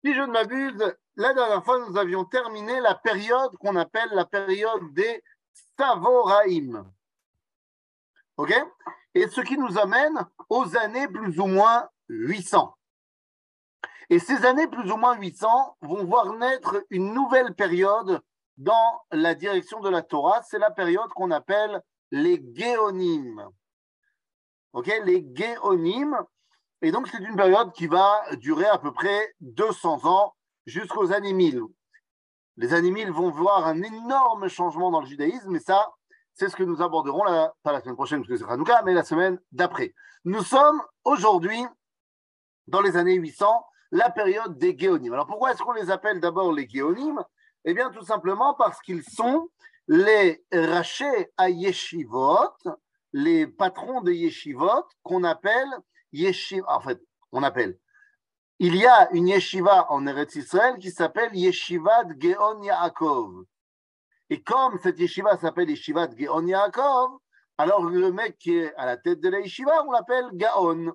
Si je ne m'abuse, la dernière fois, nous avions terminé la période qu'on appelle la période des Savoraïm. OK? Et ce qui nous amène aux années plus ou moins 800. Et ces années plus ou moins 800 vont voir naître une nouvelle période dans la direction de la Torah. C'est la période qu'on appelle les Géonim. OK? Les Géonim. Et donc, c'est une période qui va durer à peu près 200 ans jusqu'aux années 1000. Les années 1000 vont voir un énorme changement dans le judaïsme, et ça, c'est ce que nous aborderons, pas la semaine prochaine, parce que c'est Hanouka, mais la semaine d'après. Nous sommes aujourd'hui, dans les années 800, la période des Géonim. Alors, pourquoi est-ce qu'on les appelle d'abord les Géonim? Eh bien, tout simplement parce qu'ils sont les rachés à yeshivot, les patrons des yeshivot, qu'on appelle yeshiva. En fait, il y a une yeshiva en Eretz Israël qui s'appelle Yeshivat Geon Yaakov. Et comme cette yeshiva s'appelle Yeshivat Geon Yaakov, alors le mec qui est à la tête de la yeshiva, on l'appelle Gaon.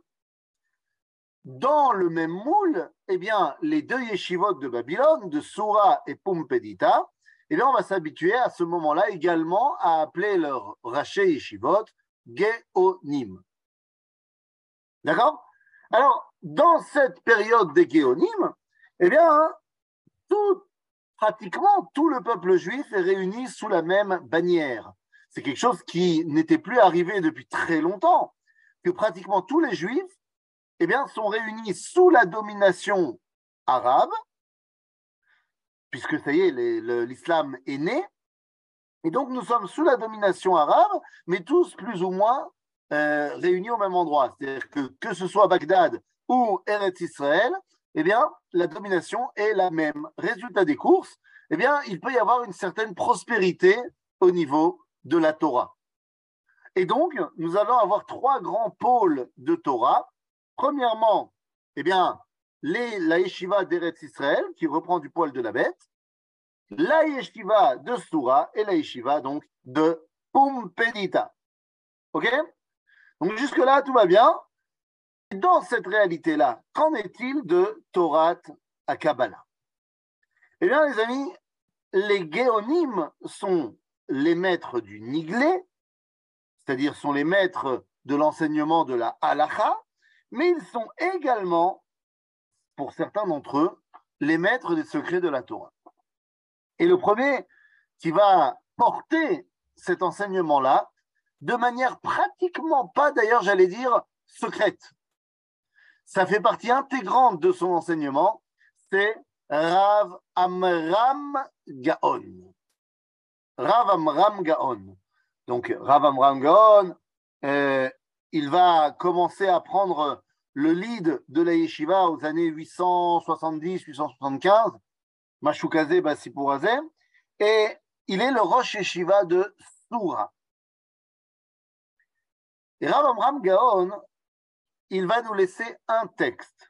Dans le même moule, eh bien, les deux yeshivot de Babylone, de Soura et Pumpedita, eh bien, on va s'habituer à ce moment-là également à appeler leur raché yeshivot Géonim. D'accord? Alors, dans cette période des Géonim, eh bien, pratiquement tout le peuple juif est réuni sous la même bannière. C'est quelque chose qui n'était plus arrivé depuis très longtemps, que pratiquement tous les juifs eh bien, sont réunis sous la domination arabe, puisque ça y est, l'islam est né, et donc nous sommes sous la domination arabe, mais tous plus ou moins réunis au même endroit. C'est-à-dire que ce soit Bagdad ou Eretz Israël, eh bien, la domination est la même. Résultat des courses, eh bien, il peut y avoir une certaine prospérité au niveau de la Torah. Et donc, nous allons avoir trois grands pôles de Torah. Premièrement, eh bien, la yeshiva d'Eretz Israël, qui reprend du poil de la bête, la yeshiva de Soura et la yeshiva donc de Pumpedita. OK? Donc jusque-là, tout va bien. Dans cette réalité-là, qu'en est-il de Torah à Kabbalah? Eh bien, les amis, les Géonim sont les maîtres du Niglé, c'est-à-dire sont les maîtres de l'enseignement de la Halacha, mais ils sont également, pour certains d'entre eux, les maîtres des secrets de la Torah. Et le premier qui va porter cet enseignement-là, de manière pratiquement pas, d'ailleurs, j'allais dire, secrète. Ça fait partie intégrante de son enseignement, c'est Rav Amram Gaon. Rav Amram Gaon. Donc, Rav Amram Gaon, il va commencer à prendre le lead de la yeshiva aux années 870-875, Mashoukaze Basipurazé, et il est le Rosh Yeshiva de Soura. Et Rav Amram Gaon, il va nous laisser un texte.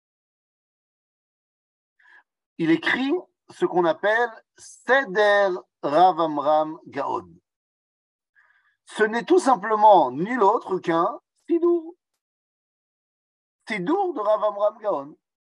Il écrit ce qu'on appelle Seder Rav Amram Gaon. Ce n'est tout simplement nul autre qu'un Sidour. Sidour de Rav Amram Gaon.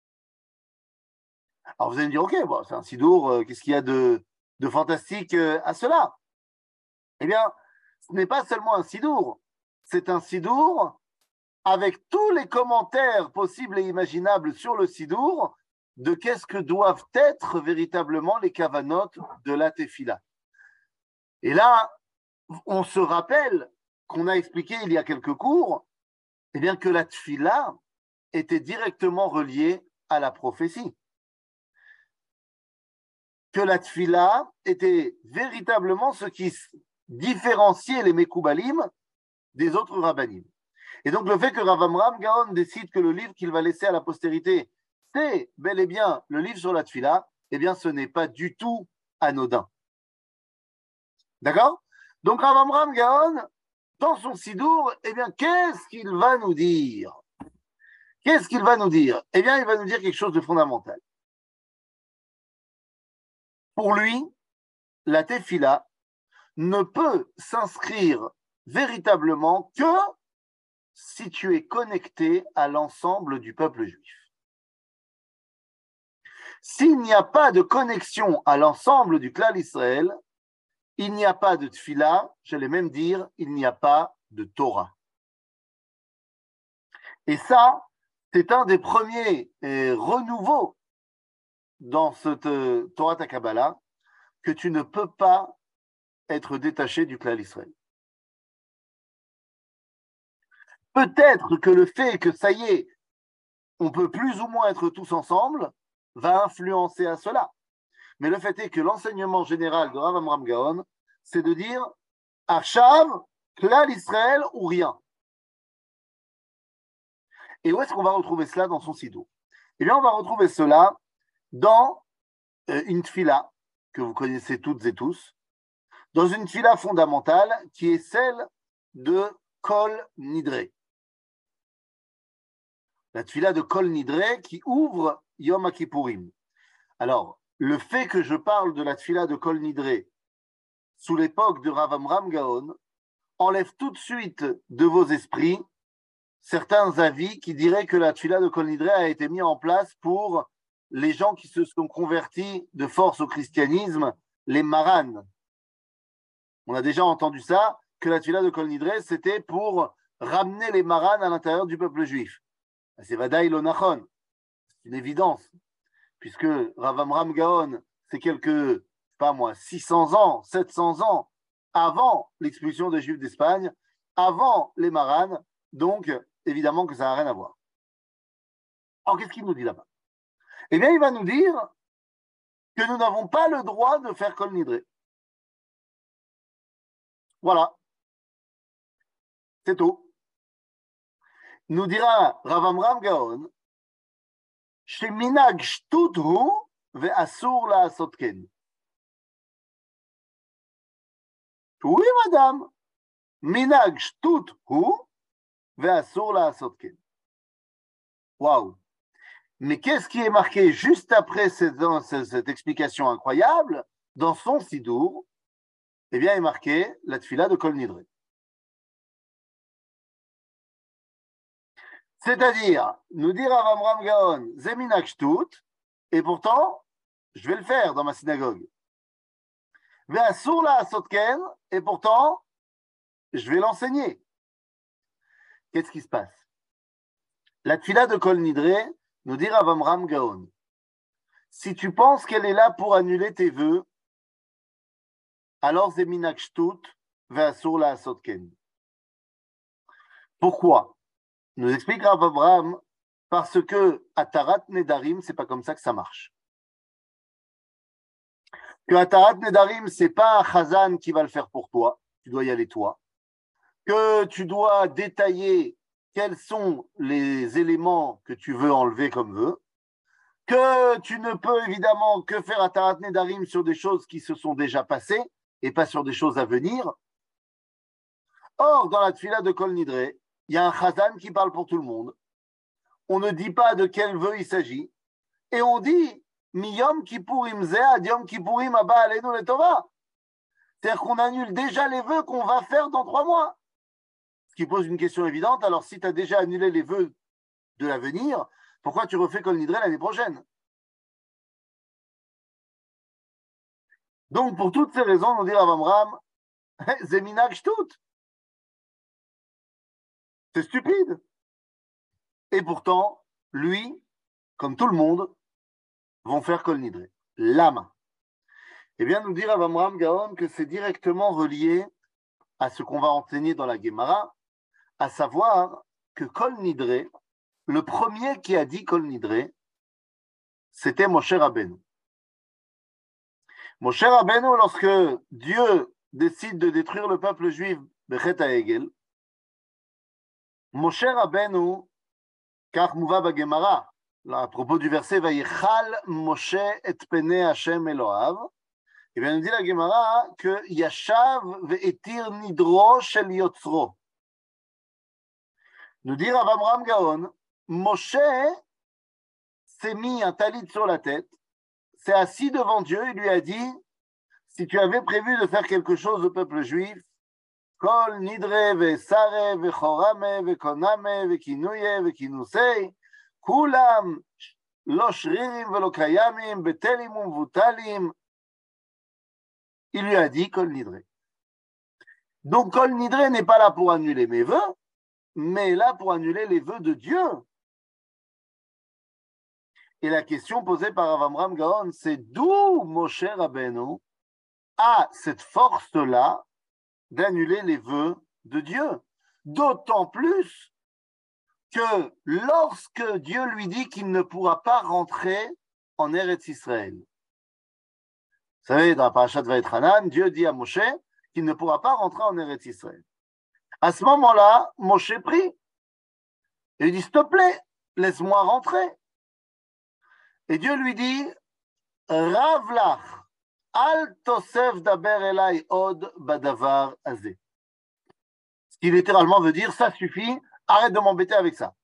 Alors vous allez me dire, ok, bon, c'est un Sidour, qu'est-ce qu'il y a de fantastique à cela? Eh bien, ce n'est pas seulement un Sidour, c'est un Sidour avec tous les commentaires possibles et imaginables sur le Sidour de qu'est-ce que doivent être véritablement les kavanotes de la Tefila. Et là, on se rappelle qu'on a expliqué il y a quelques cours, eh bien que la Tefila était directement reliée à la prophétie. Que la Tefila était véritablement ce qui différenciait les Mekoubalim des autres rabbanim. Et donc le fait que Rav Amram Gaon décide que le livre qu'il va laisser à la postérité, c'est bel et bien le livre sur la Tefila, eh bien ce n'est pas du tout anodin. D'accord? Donc Rav Amram Gaon, dans son Sidour, eh bien qu'est-ce qu'il va nous dire? Qu'est-ce qu'il va nous dire? Eh bien il va nous dire quelque chose de fondamental. Pour lui, la Tefila ne peut s'inscrire véritablement que si tu es connecté à l'ensemble du peuple juif. S'il n'y a pas de connexion à l'ensemble du clan Israël, il n'y a pas de tfila, j'allais même dire, il n'y a pas de Torah. Et ça, c'est un des premiers renouveaux dans cette Torah ta Kabbalah, que tu ne peux pas être détaché du clan Israël. Peut-être que le fait que ça y est, on peut plus ou moins être tous ensemble, va influencer à cela. Mais le fait est que l'enseignement général de Rav Amram Gaon, c'est de dire Achav, Klal Israël ou rien. Et où est-ce qu'on va retrouver cela dans son sidour? Eh bien, on va retrouver cela dans une tfila que vous connaissez toutes et tous, dans une tfila fondamentale qui est celle de Kol Nidre. La tfila de Kol Nidre qui ouvre Yom Kippourim. Alors, le fait que je parle de la tfila de Kol Nidre sous l'époque de Rav Amram Gaon enlève tout de suite de vos esprits certains avis qui diraient que la tfila de Kol Nidre a été mise en place pour les gens qui se sont convertis de force au christianisme, les Maran. On a déjà entendu ça, que la tfila de Kol Nidre, c'était pour ramener les Maran à l'intérieur du peuple juif. C'est Vadaï lo Nachon, c'est une évidence, puisque Rav Amram Gaon, c'est quelques, pas moi, 600 ans, 700 ans avant l'expulsion des Juifs d'Espagne, avant les Maran, donc évidemment que ça n'a rien à voir. Alors qu'est-ce qu'il nous dit là-bas? Eh bien, il va nous dire que nous n'avons pas le droit de faire Kol Nidre. Voilà. C'est tout. Nous dira Rav Amram Gaon, Sheminag shtut hu ve'asur la'asot ken. Oui, madame. Minag shtut hu ve'asur la'asot ken. Waouh. Mais qu'est-ce qui est marqué juste après cette explication incroyable dans son sidour? Eh bien, il est marqué la tfila de Kol Nidre. C'est-à-dire, nous dire à Amram Gaon, Zeminak Shtut, et pourtant, je vais le faire dans ma synagogue. Ve'asur la'asot ken, et pourtant, je vais l'enseigner. Qu'est-ce qui se passe? La tfila de Kol Nidre, nous dire à Amram Gaon, si tu penses qu'elle est là pour annuler tes vœux, alors Zeminak Shtut, ve'asur la'asot ken. Pourquoi? Nous explique Rav Abraham, parce que à Tarat Nedarim, c'est pas comme ça que ça marche. Que à Tarat Nedarim, c'est pas un Chazan qui va le faire pour toi, tu dois y aller toi. Que tu dois détailler quels sont les éléments que tu veux enlever comme vœu. Que tu ne peux évidemment que faire à Tarat Nedarim sur des choses qui se sont déjà passées et pas sur des choses à venir. Or, dans la tfila de Kol Nidre, il y a un chazan qui parle pour tout le monde. On ne dit pas de quel vœu il s'agit. Et on dit Miyom Kippourim Zeh ad Yom Kippourim Haba Aleinu Letova. C'est-à-dire qu'on annule déjà les vœux qu'on va faire dans 3 mois. Ce qui pose une question évidente. Alors, si tu as déjà annulé les vœux de l'avenir, pourquoi tu refais Kol Nidre l'année prochaine? Donc, pour toutes ces raisons, on dit à Amram, Zeminak Shtut. C'est stupide. Et pourtant, lui, comme tout le monde, vont faire Kol Nidre. Lama. Eh bien, nous dire à Amram Gaon que c'est directement relié à ce qu'on va enseigner dans la Gemara, à savoir que Kol Nidre, le premier qui a dit Kol Nidre, c'était Moshe Rabbeinu. Moshe Rabbeinu, lorsque Dieu décide de détruire le peuple juif, Bechet HaEgel, Moshe Rabbeinu, car Mouva Bagemara, à propos du verset Vayichal Moshe et Pene Hashem Eloav, et bien nous dit la Gemara que Yashav ve'etir nidro shel yotzro. Nous dit Rav Amram Gaon, Moshe s'est mis un talit sur la tête, s'est assis devant Dieu et lui a dit, si tu avais prévu de faire quelque chose au peuple juif, Kol nidre ve'sare ve'chorame ve'koname ve'kinuye ve'kinusei, kulam lo shririm velo kayamim, betelim umvutalim. Il lui a dit Kol Nidre. Donc Kol Nidre n'est pas là pour annuler mes vœux, mais là pour annuler les vœux de Dieu. Et la question posée par Rav Amram Gaon, c'est d'où Moshe Rabbeinu a cette force-là d'annuler les vœux de Dieu. D'autant plus que lorsque Dieu lui dit qu'il ne pourra pas rentrer en Eretz Israël. Vous savez, dans la parashat Vaïtranan, Dieu dit à Moshe qu'il ne pourra pas rentrer en Eretz Israël. À ce moment-là, Moshe prie. Et il dit, s'il te plaît, laisse-moi rentrer. Et Dieu lui dit, Rav lach, al tosef daber elai od badavar azeh. Ce qui littéralement veut dire, ça suffit, arrête de m'embêter avec ça.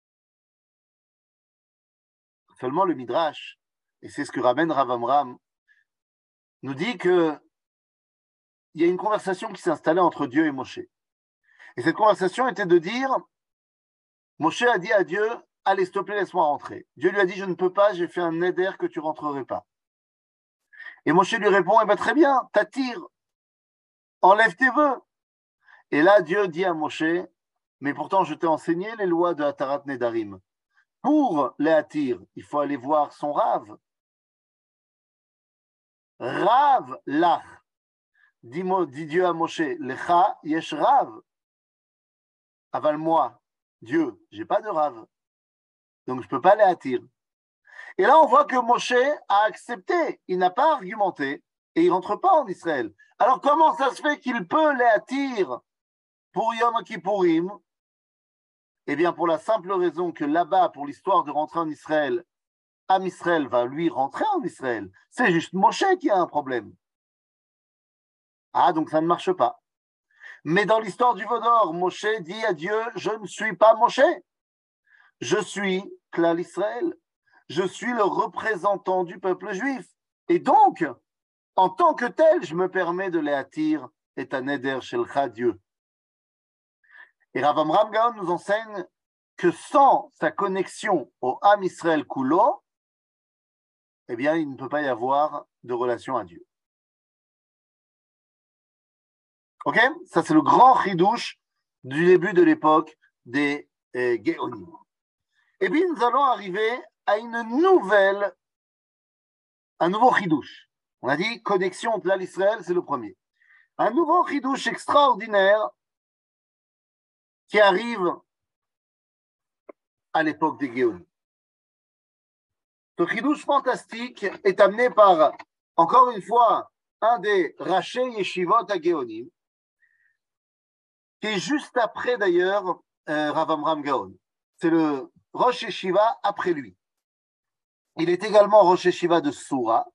Seulement le Midrash, et c'est ce que ramène Rav Amram, nous dit que il y a une conversation qui s'est installée entre Dieu et Moshe. Et cette conversation était de dire, Moshe a dit à Dieu, allez, s'il te plaît, laisse-moi rentrer. Dieu lui a dit, je ne peux pas, j'ai fait un neder que tu rentrerais pas. Et Moshe lui répond, eh bien très bien, t'attires, enlève tes vœux. Et là, Dieu dit à Moshe, mais pourtant je t'ai enseigné les lois de Hatarat Nedarim. Pour les attirer, il faut aller voir son Rav. Rav lach, dit Dieu à Moshe, lecha yesh Rav. Aval moi, Dieu, j'ai pas de Rav. Donc je ne peux pas les attirer. Et là, on voit que Moshe a accepté, il n'a pas argumenté, et il ne rentre pas en Israël. Alors comment ça se fait qu'il peut les attirer pour Yom Kippourim? Eh bien, pour la simple raison que là-bas, pour l'histoire de rentrer en Israël, Am Israël va lui rentrer en Israël. C'est juste Moshe qui a un problème. Ah, donc ça ne marche pas. Mais dans l'histoire du Vaudor, Moshe dit à Dieu, je ne suis pas Moshe. Je suis Klal Israël. Je suis le représentant du peuple juif. Et donc, en tant que tel, je me permets de les attirer et à Neder Shelcha Dieu. Et Rav Amram Gaon nous enseigne que sans sa connexion au Am Israël Kulo, eh bien, il ne peut pas y avoir de relation à Dieu. Ok? Ça, c'est le grand chidouche du début de l'époque des Géonim. Et puis, nous allons arriver à un nouveau chidouche. On a dit connexion entre l'Israël, c'est le premier. Un nouveau chidouche extraordinaire qui arrive à l'époque des Géonim. Ce chidouche fantastique est amené par, encore une fois, un des Raché Yeshivot à Géonim, qui est juste après d'ailleurs Rav Amram Gaon. C'est le Rosh Yeshiva après lui. Il est également Rosh Yeshiva de Soura,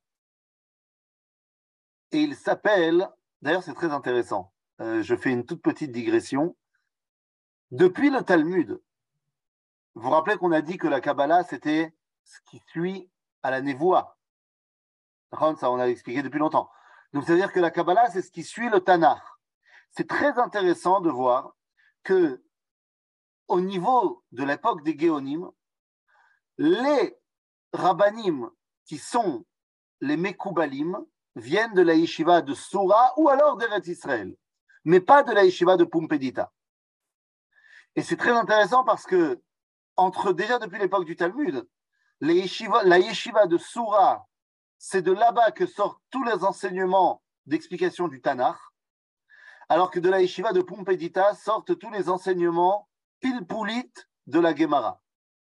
et il s'appelle, d'ailleurs c'est très intéressant, je fais une toute petite digression, depuis le Talmud, vous vous rappelez qu'on a dit que la Kabbalah c'était ce qui suit à la Névoa. Ça on a expliqué depuis longtemps. Donc c'est-à-dire que la Kabbalah c'est ce qui suit le Tanakh. C'est très intéressant de voir que au niveau de l'époque des Géonim, les Rabbanim qui sont les Mekoubalim viennent de la yeshiva de Soura ou alors d'Eretz Israël, mais pas de la yeshiva de Pumpedita. Et c'est très intéressant parce que, déjà depuis l'époque du Talmud, la yeshiva de Soura, c'est de là-bas que sortent tous les enseignements d'explication du Tanakh, alors que de la yeshiva de Pumpedita sortent tous les enseignements pilpulit de la Gemara.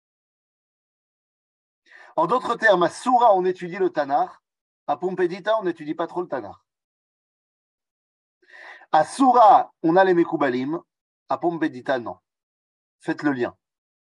En d'autres termes, à Soura, on étudie le Tanakh, à Pumpedita, on n'étudie pas trop le Tanakh. À Soura, on a les Mekoubalim, à Pumpedita, non. Faites le lien.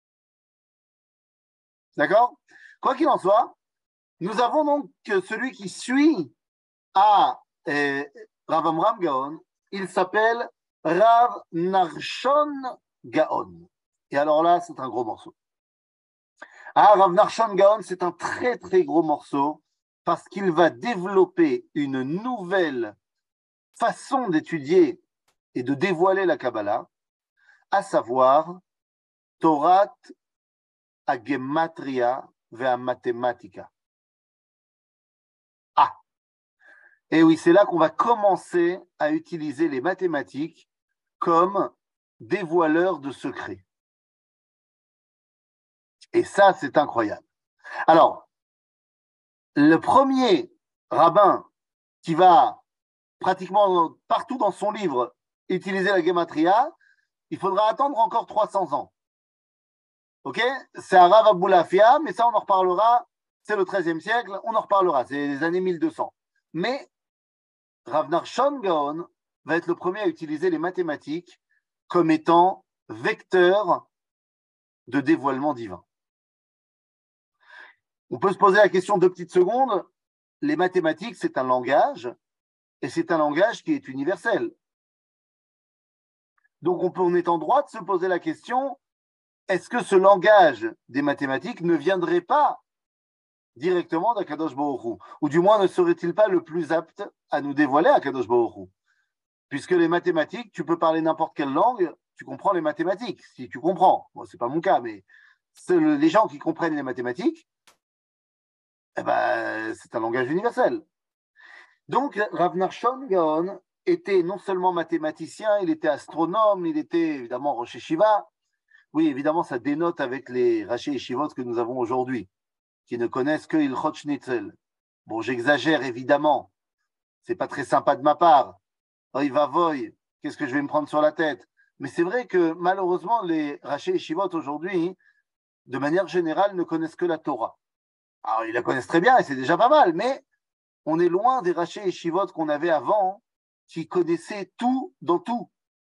D'accord? Quoi qu'il en soit, nous avons donc celui qui suit à Rav Amram Gaon, il s'appelle Rav Narshon Gaon. Et alors là, c'est un gros morceau. Ah, Rav Narshon Gaon, c'est un très très gros morceau parce qu'il va développer une nouvelle façon d'étudier et de dévoiler la Kabbalah, à savoir Torah Agematria ve'amathematika. Ah, et oui, c'est là qu'on va commencer à utiliser les mathématiques comme dévoileurs de secrets. Et ça, c'est incroyable. Alors, le premier rabbin qui va pratiquement partout dans son livre utiliser la gematria, il faudra attendre encore 300 ans. Ok? C'est un Rav Aboulafia, mais ça, on en reparlera. C'est le XIIIe siècle, on en reparlera. C'est les années 1200. Mais Rav Nachshon Gaon va être le premier à utiliser les mathématiques comme étant vecteur de dévoilement divin. On peut se poser la question 2 petites secondes. Les mathématiques, c'est un langage, et c'est un langage qui est universel. Donc, on est en droit de se poser la question, est-ce que ce langage des mathématiques ne viendrait pas directement d'Akadosh Baruch Hu, ou du moins ne serait-il pas le plus apte à nous dévoiler Akadosh Baruch Hu? Puisque les mathématiques, tu peux parler n'importe quelle langue, tu comprends les mathématiques, si tu comprends. Bon, c'est pas mon cas, mais les gens qui comprennent les mathématiques, eh ben, c'est un langage universel. Donc, Rav Nachshon Gaon était non seulement mathématicien, il était astronome, il était évidemment Rosh Yeshiva. Oui, évidemment, ça dénote avec les Rashi Yeshivot que nous avons aujourd'hui, qui ne connaissent que Ilchot Schnitzel. Bon, j'exagère évidemment, c'est pas très sympa de ma part. Oy va voy, qu'est-ce que je vais me prendre sur la tête? Mais c'est vrai que malheureusement, les Rashi Yeshivot aujourd'hui, de manière générale, ne connaissent que la Torah. Alors, ils la connaissent très bien et c'est déjà pas mal, mais on est loin des Rashi Yeshivot qu'on avait avant, qui connaissaient tout dans tout.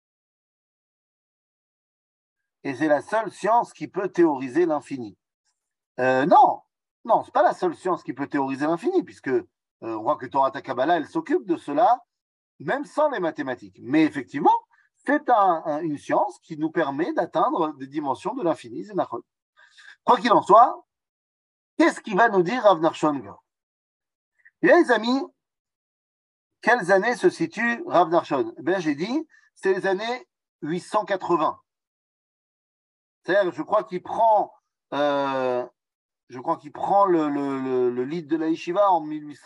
Et c'est la seule science qui peut théoriser l'infini. Non, c'est pas la seule science qui peut théoriser l'infini, puisque on voit que Torah Kabbalah, elle s'occupe de cela, même sans les mathématiques. Mais effectivement, c'est une science qui nous permet d'atteindre des dimensions de l'infini. Quoi qu'il en soit, qu'est-ce qu'il va nous dire Rav Nachshon Gaon? Et là, les amis, quelles années se situe Rav Nachshon? Eh bien, j'ai dit, c'est les années 880. C'est-à-dire, je crois qu'il prend le lead de la yeshiva en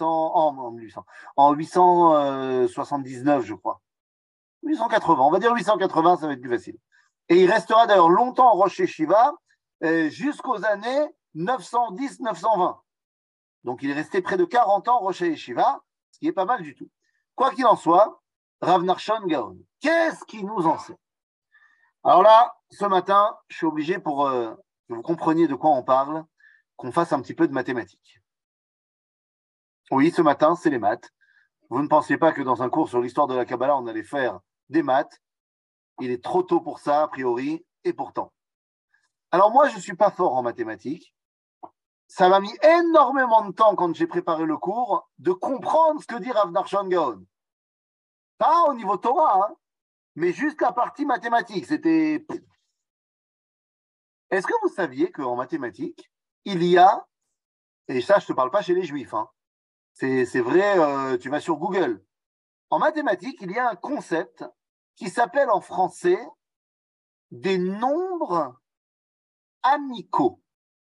879, je crois. 880, on va dire 880, ça va être plus facile. Et il restera d'ailleurs longtemps en Rosh Yeshiva jusqu'aux années 910-920. Donc il est resté près de 40 ans en Rosh Yeshiva, ce qui est pas mal du tout. Quoi qu'il en soit, Rav Nachshon Gaon, qu'est-ce qu'il nous enseigne? Alors là, ce matin, je suis obligé pour que vous compreniez de quoi on parle, qu'on fasse un petit peu de mathématiques. Oui, ce matin, c'est les maths. Vous ne pensiez pas que dans un cours sur l'histoire de la Kabbalah, on allait faire des maths. Il est trop tôt pour ça, a priori, et pourtant. Alors moi, je ne suis pas fort en mathématiques. Ça m'a mis énormément de temps, quand j'ai préparé le cours, de comprendre ce que dit Rav Nachshon Gaon. Pas au niveau Torah, hein, mais juste la partie mathématique. C'était... Est-ce que vous saviez qu'en mathématiques, il y a, et ça, je ne te parle pas chez les Juifs, hein, c'est vrai, tu vas sur Google. En mathématiques, il y a un concept qui s'appelle en français des nombres amicaux.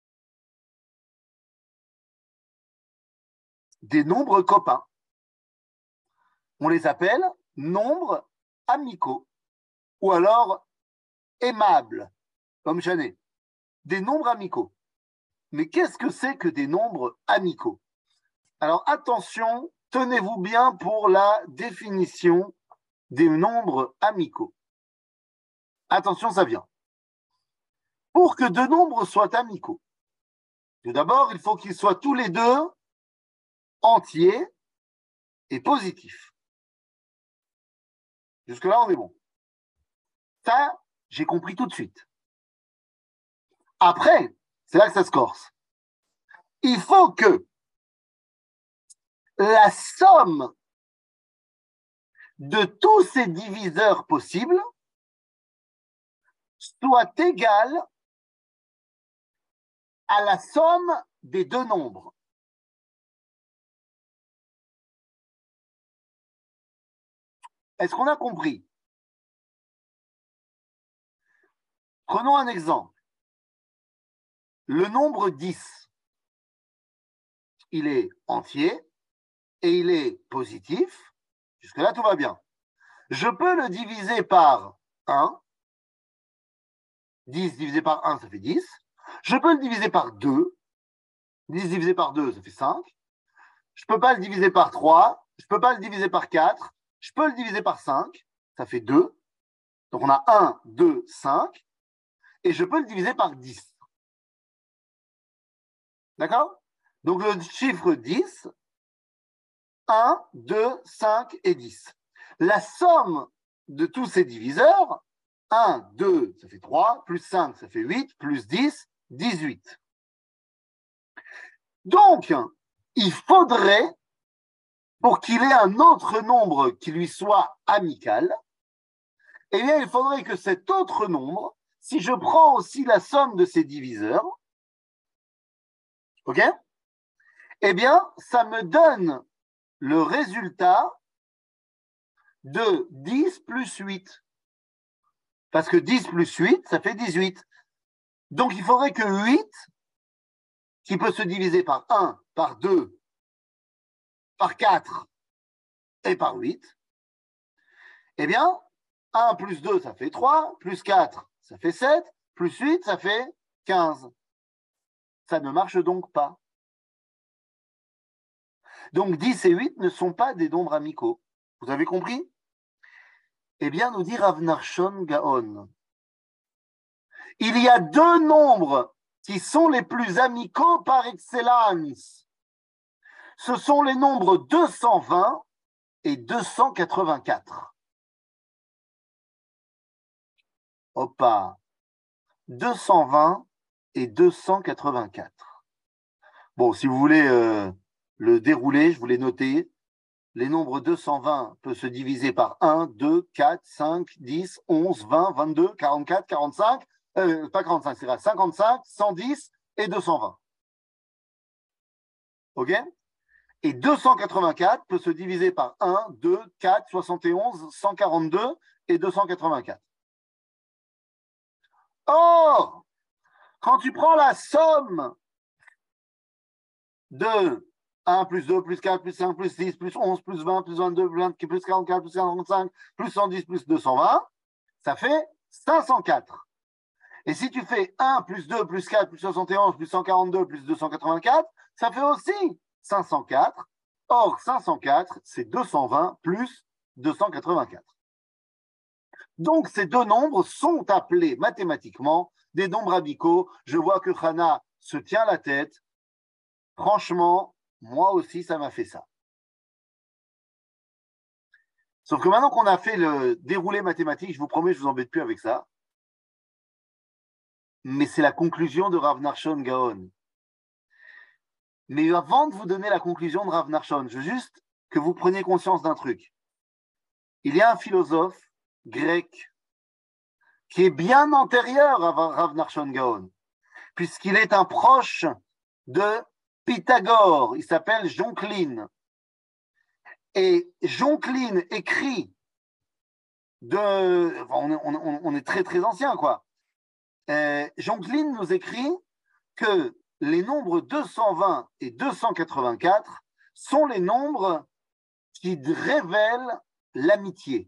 Des nombres copains. On les appelle nombres amicaux ou alors aimables, comme Janet. Des nombres amicaux. Mais qu'est-ce que c'est que des nombres amicaux? Alors attention, tenez-vous bien pour la définition des nombres amicaux. Attention, ça vient. Pour que deux nombres soient amicaux, tout d'abord, il faut qu'ils soient tous les deux entiers et positifs. Jusque-là, on est bon. Ça, j'ai compris tout de suite. Après, c'est là que ça se corse. Il faut que la somme de tous ces diviseurs possibles soit égale à la somme des deux nombres. Est-ce qu'on a compris? Prenons un exemple. Le nombre 10. il est entier et il est positif. Jusque-là, tout va bien. Je peux le diviser par 1. 10 divisé par 1, ça fait 10. Je peux le diviser par 2. 10 divisé par 2, ça fait 5. Je ne peux pas le diviser par 3. Je ne peux pas le diviser par 4. Je peux le diviser par 5. Ça fait 2. Donc on a 1, 2, 5. Et je peux le diviser par 10. D'accord? Donc le chiffre 10, 1, 2, 5 et 10. La somme de tous ces diviseurs, 1, 2, ça fait 3, plus 5, ça fait 8, plus 10, 18. Donc, il faudrait, pour qu'il ait un autre nombre qui lui soit amical, eh bien, il faudrait que cet autre nombre, si je prends aussi la somme de ces diviseurs, ok, eh bien, ça me donne le résultat de 10 plus 8. Parce que 10 plus 8, ça fait 18. Donc, il faudrait que 8, qui peut se diviser par 1, par 2, par 4 et par 8, eh bien, 1 plus 2, ça fait 3, plus 4, ça fait 7, plus 8, ça fait 15. Ça ne marche donc pas. Donc 10 et 8 ne sont pas des nombres amicaux. Vous avez compris? Eh bien, nous dit Rav Nachshon Gaon, il y a deux nombres qui sont les plus amicaux par excellence. Ce sont les nombres 220 et 284. Opa, 220 et 284. Bon, si vous voulez le dérouler, je vous l'ai noté. Les nombres 220 peuvent se diviser par 1, 2, 4, 5, 10, 11, 20, 22, 44, 45, pas 45, c'est grave, 55, 110 et 220. OK? Et 284 peut se diviser par 1, 2, 4, 71, 142 et 284. Or, quand tu prends la somme de 1 plus 2 plus 4 plus 5 plus 6 plus 11 plus 20 plus 22 plus 44 plus 45 plus 110 plus 220, ça fait 504. Et si tu fais 1 plus 2 plus 4 plus 71 plus 142 plus 284, ça fait aussi 504. Or, 504, c'est 220 plus 284. Donc, ces deux nombres sont appelés mathématiquement des nombres amicaux. Je vois que Hana se tient la tête. Franchement, moi aussi, ça m'a fait ça. Sauf que maintenant qu'on a fait le déroulé mathématique, je vous promets, je ne vous embête plus avec ça. Mais c'est la conclusion de Rav Nachshon Gaon. Mais avant de vous donner la conclusion de Rav Nachshon, je veux juste que vous preniez conscience d'un truc. Il y a un philosophe grec qui est bien antérieur à Rav Nachshon Gaon, puisqu'il est un proche de Pythagore. Il s'appelle Joncline. Et Joncline écrit on est très très ancien, quoi. Joncline nous écrit que les nombres 220 et 284 sont les nombres qui révèlent l'amitié.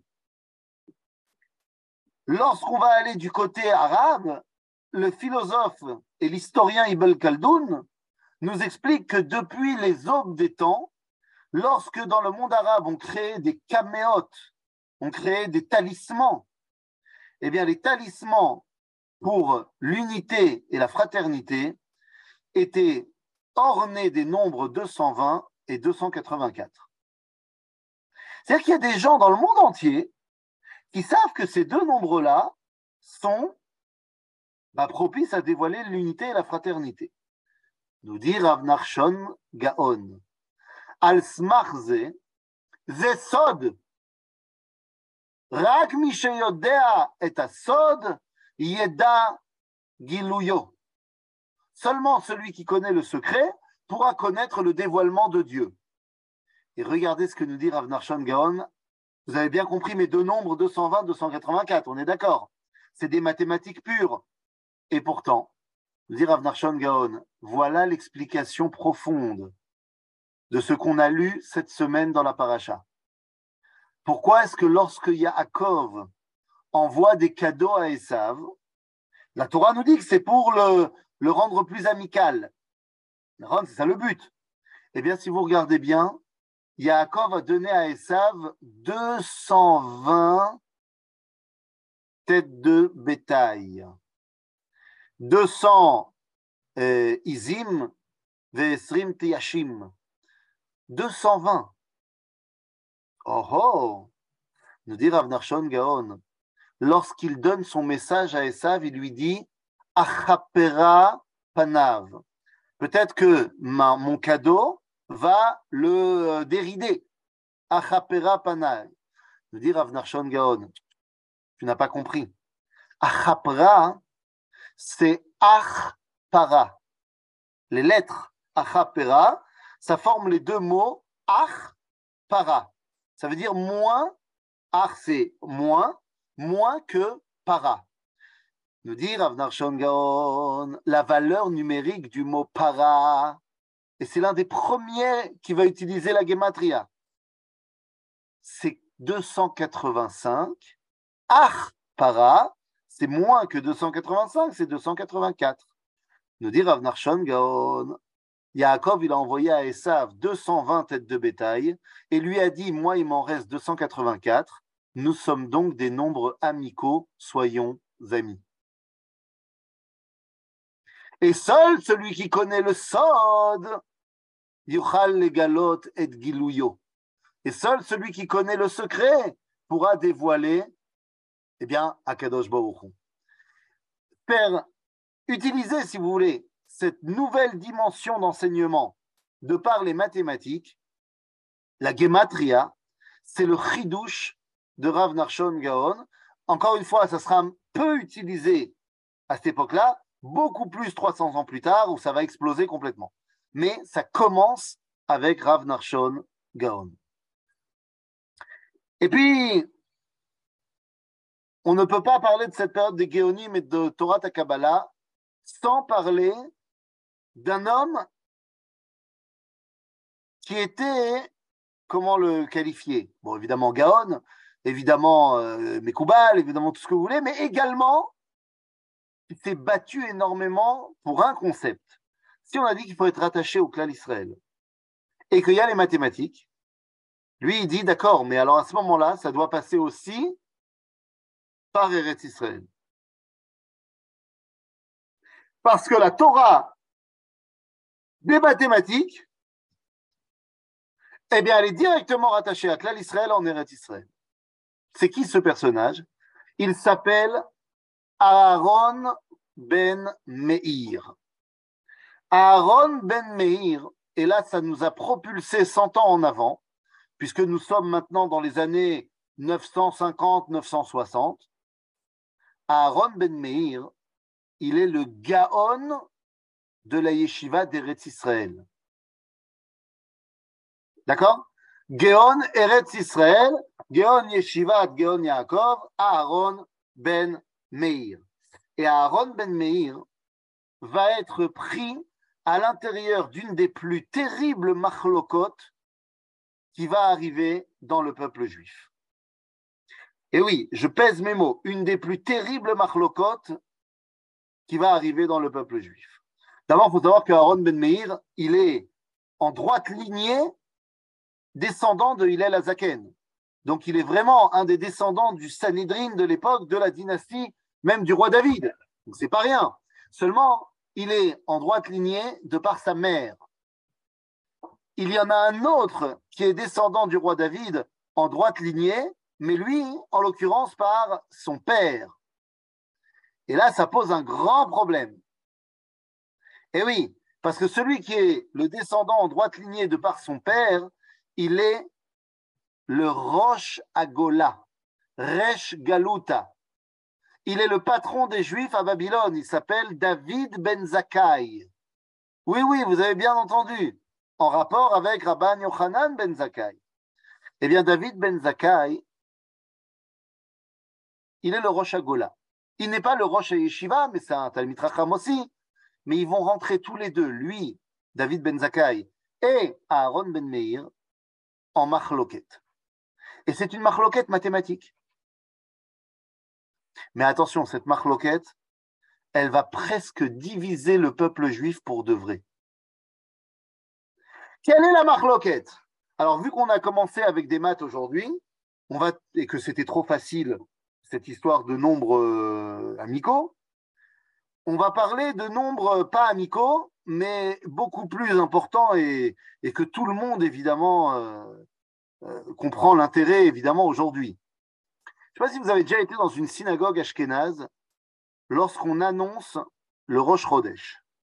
Lorsqu'on va aller du côté arabe, le philosophe et l'historien Ibn Khaldoun nous explique que depuis les aubes des temps, lorsque dans le monde arabe on créait des caméotes, on créait des talismans, eh bien les talismans pour l'unité et la fraternité étaient ornés des nombres 220 et 284. C'est-à-dire qu'il y a des gens dans le monde entier qui savent que ces deux nombres-là sont propices à dévoiler l'unité et la fraternité. Nous dit Rav Nachshon Gaon. Al smach ze sod. Rak mi sheyodea et asod yeda giluyo. Seulement celui qui connaît le secret pourra connaître le dévoilement de Dieu. Et regardez ce que nous dit Rav Nachshon Gaon. Vous avez bien compris mes deux nombres, 220, 284, on est d'accord. C'est des mathématiques pures. Et pourtant, nous dit Rav Nachshon Gaon, voilà l'explication profonde de ce qu'on a lu cette semaine dans la paracha. Pourquoi est-ce que lorsque Yaakov envoie des cadeaux à Esav, la Torah nous dit que c'est pour le rendre plus amical. C'est ça le but. Eh bien, si vous regardez bien, Yaakov a donné à Esav 220 têtes de bétail. 200 izim, ve'esrim tiyashim. 220. Oh oh, nous dit Rav Nachshon Gaon. Lorsqu'il donne son message à Esav, il lui dit Achapera panav. Peut-être que mon cadeau va le dérider. Achapera panav. Nous dit Rav Nachshon Gaon. Tu n'as pas compris. Achapra, c'est achpara. Les lettres achapera, ça forme les deux mots achpara. Ça veut dire moins, ach c'est moins que para. Nous dit Rav Nachshon Gaon, la valeur numérique du mot para, et c'est l'un des premiers qui va utiliser la gematria, c'est 285. Ach para, c'est moins que 285, c'est 284. Nous dit Rav Nachshon Gaon, Yaakov, il a envoyé à Esav 220 têtes de bétail et lui a dit, moi, il m'en reste 284. Nous sommes donc des nombres amicaux, soyons amis. Et seul celui qui connaît le sod, yuchal legalot et giluyo. Et seul celui qui connaît le secret pourra dévoiler, eh bien, Akadosh Baruch Hu. Faire utiliser, si vous voulez, cette nouvelle dimension d'enseignement de par les mathématiques, la gematria, c'est le chidouche de Rav Nachshon Gaon. Encore une fois, ça sera peu utilisé à cette époque-là, beaucoup plus 300 ans plus tard, où ça va exploser complètement. Mais ça commence avec Rav Nachshon Gaon. Et puis, on ne peut pas parler de cette période des Géonim et de Torah Kabbalah sans parler d'un homme qui était, comment le qualifier? Bon, évidemment Gaon, évidemment Mekoubal, évidemment tout ce que vous voulez, mais également il s'est battu énormément pour un concept. Si on a dit qu'il faut être rattaché au clan Israël et qu'il y a les mathématiques, lui il dit d'accord, mais alors à ce moment-là, ça doit passer aussi par Eretz Israël. Parce que la Torah des mathématiques, eh bien, elle est directement rattachée à Klal Israël en Eretz Israël. C'est qui ce personnage? Il s'appelle Aaron ben Meir. Aaron ben Meir, et là, ça nous a propulsé 100 ans en avant, puisque nous sommes maintenant dans les années 950-960. Aaron ben Meir, il est le Gaon de la yeshiva d'Eretz Israël. D'accord? Gaon Eretz Israël, Gaon Yeshivat, Gaon Yaakov, Aaron ben Meir. Et Aaron ben Meir va être pris à l'intérieur d'une des plus terribles machlokot qui va arriver dans le peuple juif. Et oui, je pèse mes mots, une des plus terribles machlokot qui va arriver dans le peuple juif. D'abord, il faut savoir qu'Aaron ben Meir, il est en droite lignée descendant de Hillel Hazaken. Donc, il est vraiment un des descendants du Sanhédrin de l'époque, de la dynastie, même du roi David. Donc, c'est pas rien. Seulement, il est en droite lignée de par sa mère. Il y en a un autre qui est descendant du roi David en droite lignée, mais lui, en l'occurrence, par son père. Et là, ça pose un grand problème. Et oui, parce que celui qui est le descendant en droite lignée de par son père, il est le Rosh Agola, Resh Galuta. Il est le patron des Juifs à Babylone. Il s'appelle David ben Zakkai. Oui, vous avez bien entendu, en rapport avec Rabban Yochanan ben Zakkai. Eh bien, David ben Zakkai, il est le Rosh Agola. Il n'est pas le Rosh Yeshiva, mais c'est un Talmid Chacham aussi. Mais ils vont rentrer tous les deux, lui, David ben Zakkai, et Aaron ben Meir en machloket. Et c'est une machloket mathématique. Mais attention, cette machloket, elle va presque diviser le peuple juif pour de vrai. Quelle est la machloket? Alors, vu qu'on a commencé avec des maths aujourd'hui, et que c'était trop facile, cette histoire de nombres amicaux, on va parler de nombres pas amicaux, mais beaucoup plus importants et que tout le monde, évidemment, comprend l'intérêt, évidemment, aujourd'hui. Je ne sais pas si vous avez déjà été dans une synagogue ashkénaze lorsqu'on annonce le Rosh Chodesh.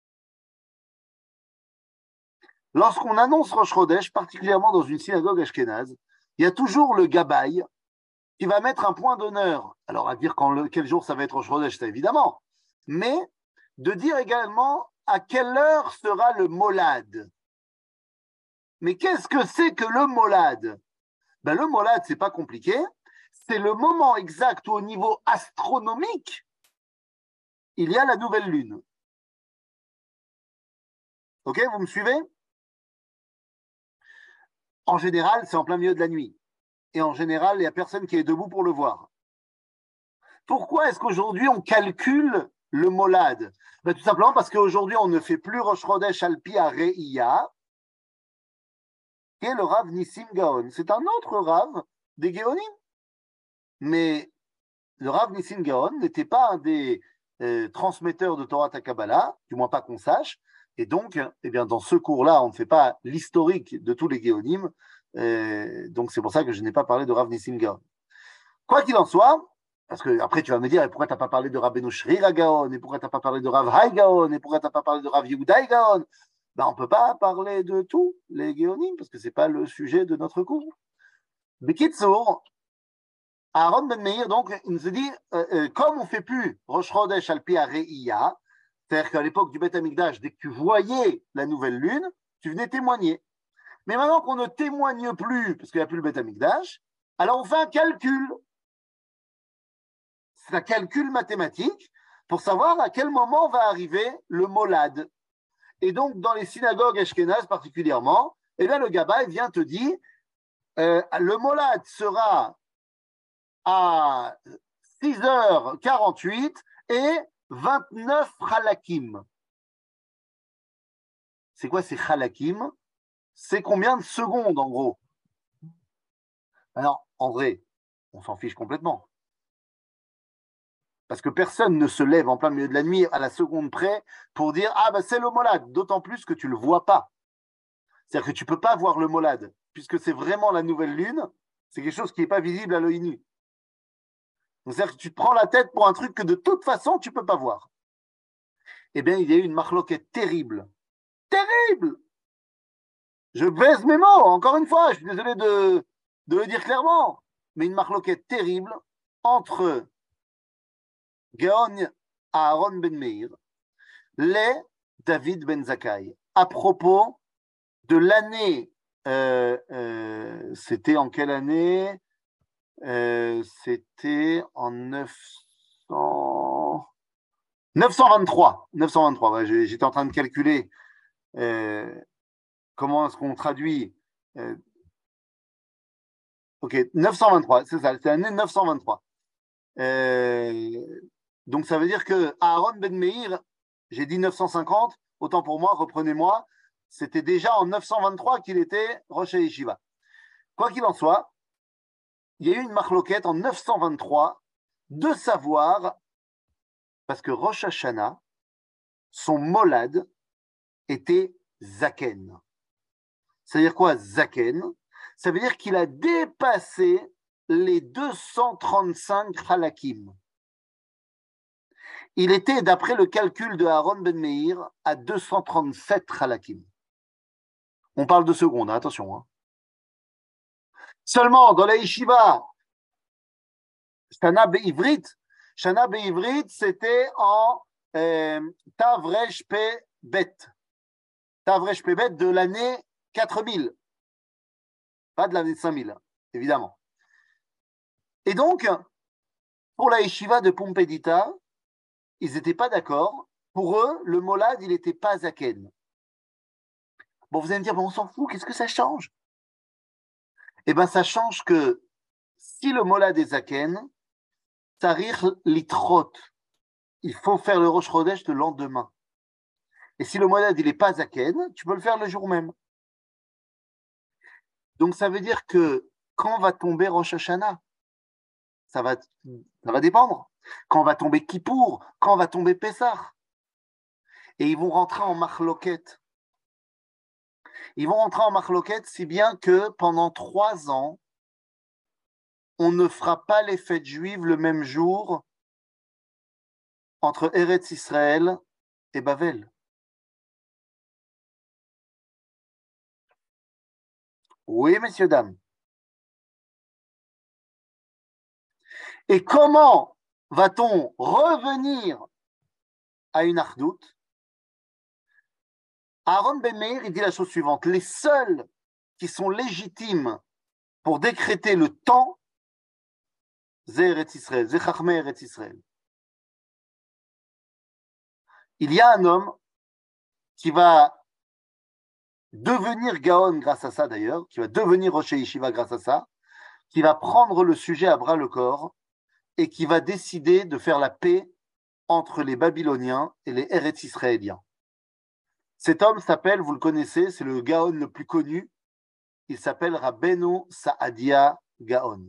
Lorsqu'on annonce Rosh Chodesh, particulièrement dans une synagogue ashkénaze, il y a toujours le gabaï qui va mettre un point d'honneur. Alors, à dire quel jour ça va être Rosh Chodesh, ça évidemment, mais de dire également à quelle heure sera le molad. Mais qu'est-ce que c'est que le molad? Le molad, c'est pas compliqué. C'est le moment exact où, au niveau astronomique, il y a la nouvelle lune. Ok, vous me suivez? En général, c'est en plein milieu de la nuit. Et en général, il n'y a personne qui est debout pour le voir. Pourquoi est-ce qu'aujourd'hui, on calcule le molad? Tout simplement parce qu'aujourd'hui, on ne fait plus Rosh Chodesh Alpi à Re'iyah, qui est le Rav Nissim Gaon. C'est un autre Rav des Géonim. Mais le Rav Nissim Gaon n'était pas un des transmetteurs de Torah Kabbalah, du moins pas qu'on sache. Et donc, eh bien, dans ce cours-là, on ne fait pas l'historique de tous les Géonim. Donc, c'est pour ça que je n'ai pas parlé de Rav Nissim Gaon. Quoi qu'il en soit, parce que après tu vas me dire, et pourquoi tu n'as pas parlé de Rabbeinu Shrira Gaon, et pourquoi tu n'as pas parlé de Rav Hai Gaon, et pourquoi tu n'as pas parlé de Rav Yehudai Gaon? On ne peut pas parler de tous les Géonim, parce que ce n'est pas le sujet de notre cours. Bekitsour, Aaron ben Meir, donc, il nous dit, comme on ne fait plus Rosh Chodesh Alpi à Re'iyah, c'est-à-dire qu'à l'époque du Beth Amikdash, dès que tu voyais la nouvelle lune, tu venais témoigner. Mais maintenant qu'on ne témoigne plus, parce qu'il n'y a plus le Beth Amikdash, alors on fait un calcul. C'est un calcul mathématique pour savoir à quel moment va arriver le molad. Et donc, dans les synagogues ashkénazes particulièrement, eh bien, le gabaï vient te dire le molad sera à 6h48 et 29 halakim. C'est quoi ces halakim? C'est combien de secondes en gros? Alors, en vrai, on s'en fiche complètement. Parce que personne ne se lève en plein milieu de la nuit à la seconde près pour dire « Ah, c'est le molad », d'autant plus que tu ne le vois pas. C'est-à-dire que tu ne peux pas voir le molad, puisque c'est vraiment la nouvelle lune, c'est quelque chose qui n'est pas visible à l'œil nu. C'est-à-dire que tu te prends la tête pour un truc que de toute façon, tu ne peux pas voir. Eh bien, il y a eu une marloquette terrible. Terrible! Je baise mes mots, encore une fois, je suis désolé de le dire clairement, mais une marloquette terrible entre Gaon Aaron ben Meir, les David ben Zakkai, à propos de l'année, c'était en quelle année? C'était en 923. 923, ouais, j'étais en train de calculer comment est-ce qu'on traduit. Ok, 923, c'est ça, c'est l'année 923. Donc ça veut dire que Aaron ben Meir, j'ai dit 950, autant pour moi, reprenez-moi, c'était déjà en 923 qu'il était Rosh Yeshiva. Quoi qu'il en soit, il y a eu une marloquette en 923 de savoir, parce que Rosh Hashanah, son molad était Zaken. Ça veut dire quoi, Zaken? Ça veut dire qu'il a dépassé les 235 halakim. Il était, d'après le calcul de Aaron ben Meir, à 237 halakim. On parle de secondes, hein, attention. Hein. Seulement, dans la yeshiva, Shana Be'ivrit, c'était en Tavresh Pe Bet. Tavresh Pe Bet de l'année 4000. Pas de l'année 5000, évidemment. Et donc, pour la yeshiva de Pumbedita, ils n'étaient pas d'accord. Pour eux, le molad, il n'était pas zaken. Bon, vous allez me dire, bon, on s'en fout, qu'est-ce que ça change? Eh bien, ça change que si le molad est zaken, tarir litrot, il faut faire le Rosh Chodesh le lendemain. Et si le molad il n'est pas zaken, tu peux le faire le jour même. Donc ça veut dire que quand va tomber Rosh Hashanah, ça va dépendre. Quand va tomber Kippour, quand va tomber Pessah. Et ils vont rentrer en machloket. Ils vont rentrer en machloket si bien que pendant 3 ans, on ne fera pas les fêtes juives le même jour entre Eretz Israël et Bavel. Oui, messieurs, dames. Et comment va-t-on revenir à une ardoute? Aaron Ben Meir, il dit la chose suivante. Les seuls qui sont légitimes pour décréter le temps, c'est Eretz Israël, c'est Chachmei Eretz Israël. Il y a un homme qui va devenir Gaon grâce à ça d'ailleurs, qui va devenir Rosh Yeshiva grâce à ça, qui va prendre le sujet à bras le corps et qui va décider de faire la paix entre les Babyloniens et les Eretz Israéliens. Cet homme s'appelle, vous le connaissez, c'est le Gaon le plus connu, il s'appelle Rabbeinu Saadia Gaon.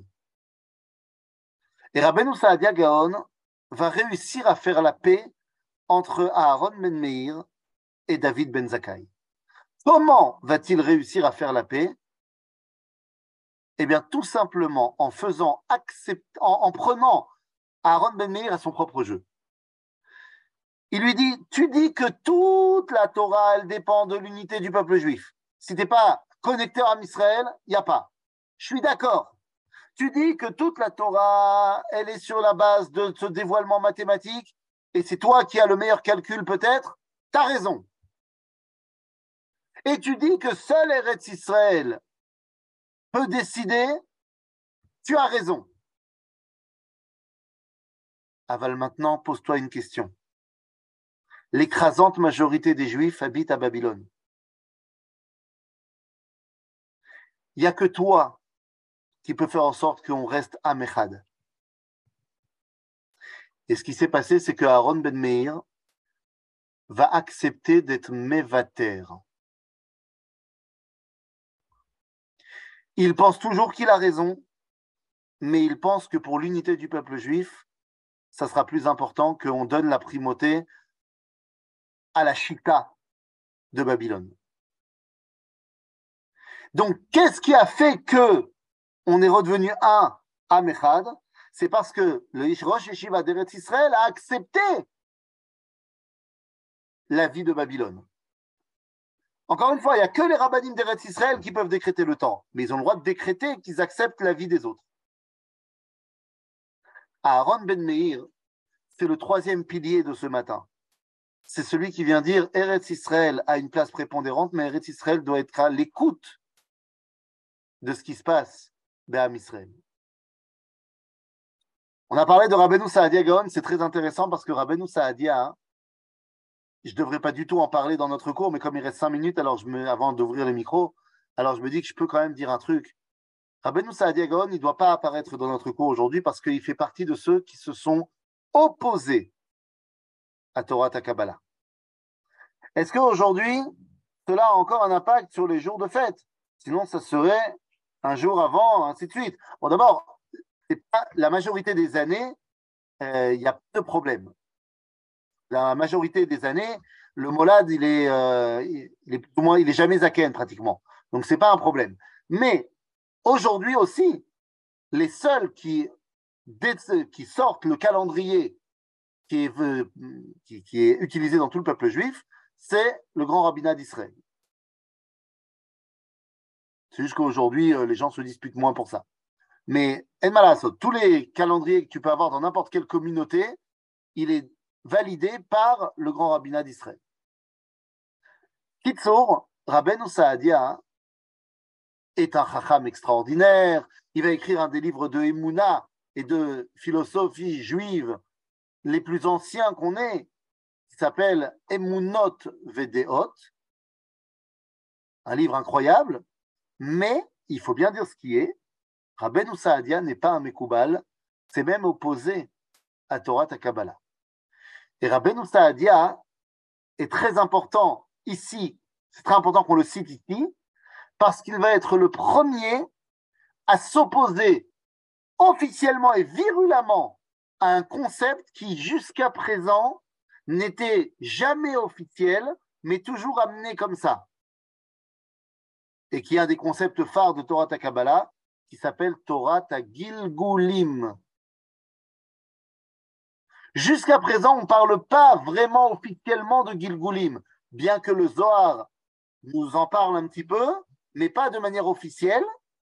Et Rabbeinu Saadia Gaon va réussir à faire la paix entre Aaron Ben Meir et David Ben Zakkai. Comment va-t-il réussir à faire la paix? Eh bien, tout simplement en prenant Aaron Ben Meir à son propre jeu. Il lui dit, tu dis que toute la Torah, elle dépend de l'unité du peuple juif. Si tu n'es pas connecteur à Israël, il n'y a pas. Je suis d'accord. Tu dis que toute la Torah, elle est sur la base de ce dévoilement mathématique, et c'est toi qui as le meilleur calcul peut-être. Tu as raison. Et tu dis que seul Eretz Israël peut décider. Tu as raison. Aval, maintenant, pose-toi une question. L'écrasante majorité des Juifs habitent à Babylone. Il n'y a que toi qui peux faire en sorte qu'on reste Am Echad. Et ce qui s'est passé, c'est que Aaron Ben Meir va accepter d'être Mevater. Il pense toujours qu'il a raison, mais il pense que pour l'unité du peuple juif, ça sera plus important qu'on donne la primauté à la Chita de Babylone. Donc, qu'est-ce qui a fait que on est redevenu un Am Echad? C'est parce que le Rosh Yeshiva d'Eretz Israël a accepté la vie de Babylone. Encore une fois, il n'y a que les rabbinim d'Eretz Israël qui peuvent décréter le temps, mais ils ont le droit de décréter qu'ils acceptent la vie des autres. Aaron Ben Meir, c'est le 3e pilier de ce matin. C'est celui qui vient dire Eretz Israël a une place prépondérante, mais Eretz Israël doit être à l'écoute de ce qui se passe d'Am Israël. On a parlé de Rabbeinu Saadia Gaon, c'est très intéressant parce que Rabbeinu Saadia, je ne devrais pas du tout en parler dans notre cours, mais comme il reste 5 minutes avant d'ouvrir le micro, alors je me dis que je peux quand même dire un truc. Rabbeinu Saadia Gaon, il ne doit pas apparaître dans notre cours aujourd'hui parce qu'il fait partie de ceux qui se sont opposés à Torah Kabbalah. Est-ce qu'aujourd'hui, cela a encore un impact sur les jours de fête? Sinon, ça serait un jour avant, ainsi de suite. Bon, d'abord, la majorité des années, il n'y a pas de problème. La majorité des années, le molad, il est plus ou moins, il est jamais zaken pratiquement. Donc, ce n'est pas un problème. Mais aujourd'hui aussi, les seuls qui sortent le calendrier qui est utilisé dans tout le peuple juif, c'est le grand rabbinat d'Israël. C'est juste qu'aujourd'hui, les gens se disputent moins pour ça. Mais en malasot, tous les calendriers que tu peux avoir dans n'importe quelle communauté, il est validé par le grand rabbinat d'Israël. Kitsour, Rabbeinu Saadia est un chacham extraordinaire. Il va écrire un des livres de Emouna et de philosophie juive les plus anciens qu'on ait, qui s'appelle Emunot Vedeot. un livre incroyable, mais il faut bien dire ce qui est. Rabbeinu Saadia n'est pas un Mekoubal, c'est même opposé à Torah Kabbalah. Et Rabbeinu Saadia est très important ici, c'est très important qu'on le cite ici, parce qu'il va être le premier à s'opposer officiellement et virulemment à un concept qui jusqu'à présent n'était jamais officiel, mais toujours amené comme ça. Et qui est un des concepts phares de Torah Kabbalah, qui s'appelle Torah Gilgulim. Jusqu'à présent, on ne parle pas vraiment officiellement de Gilgulim, bien que le Zohar nous en parle un petit peu, mais pas de manière officielle.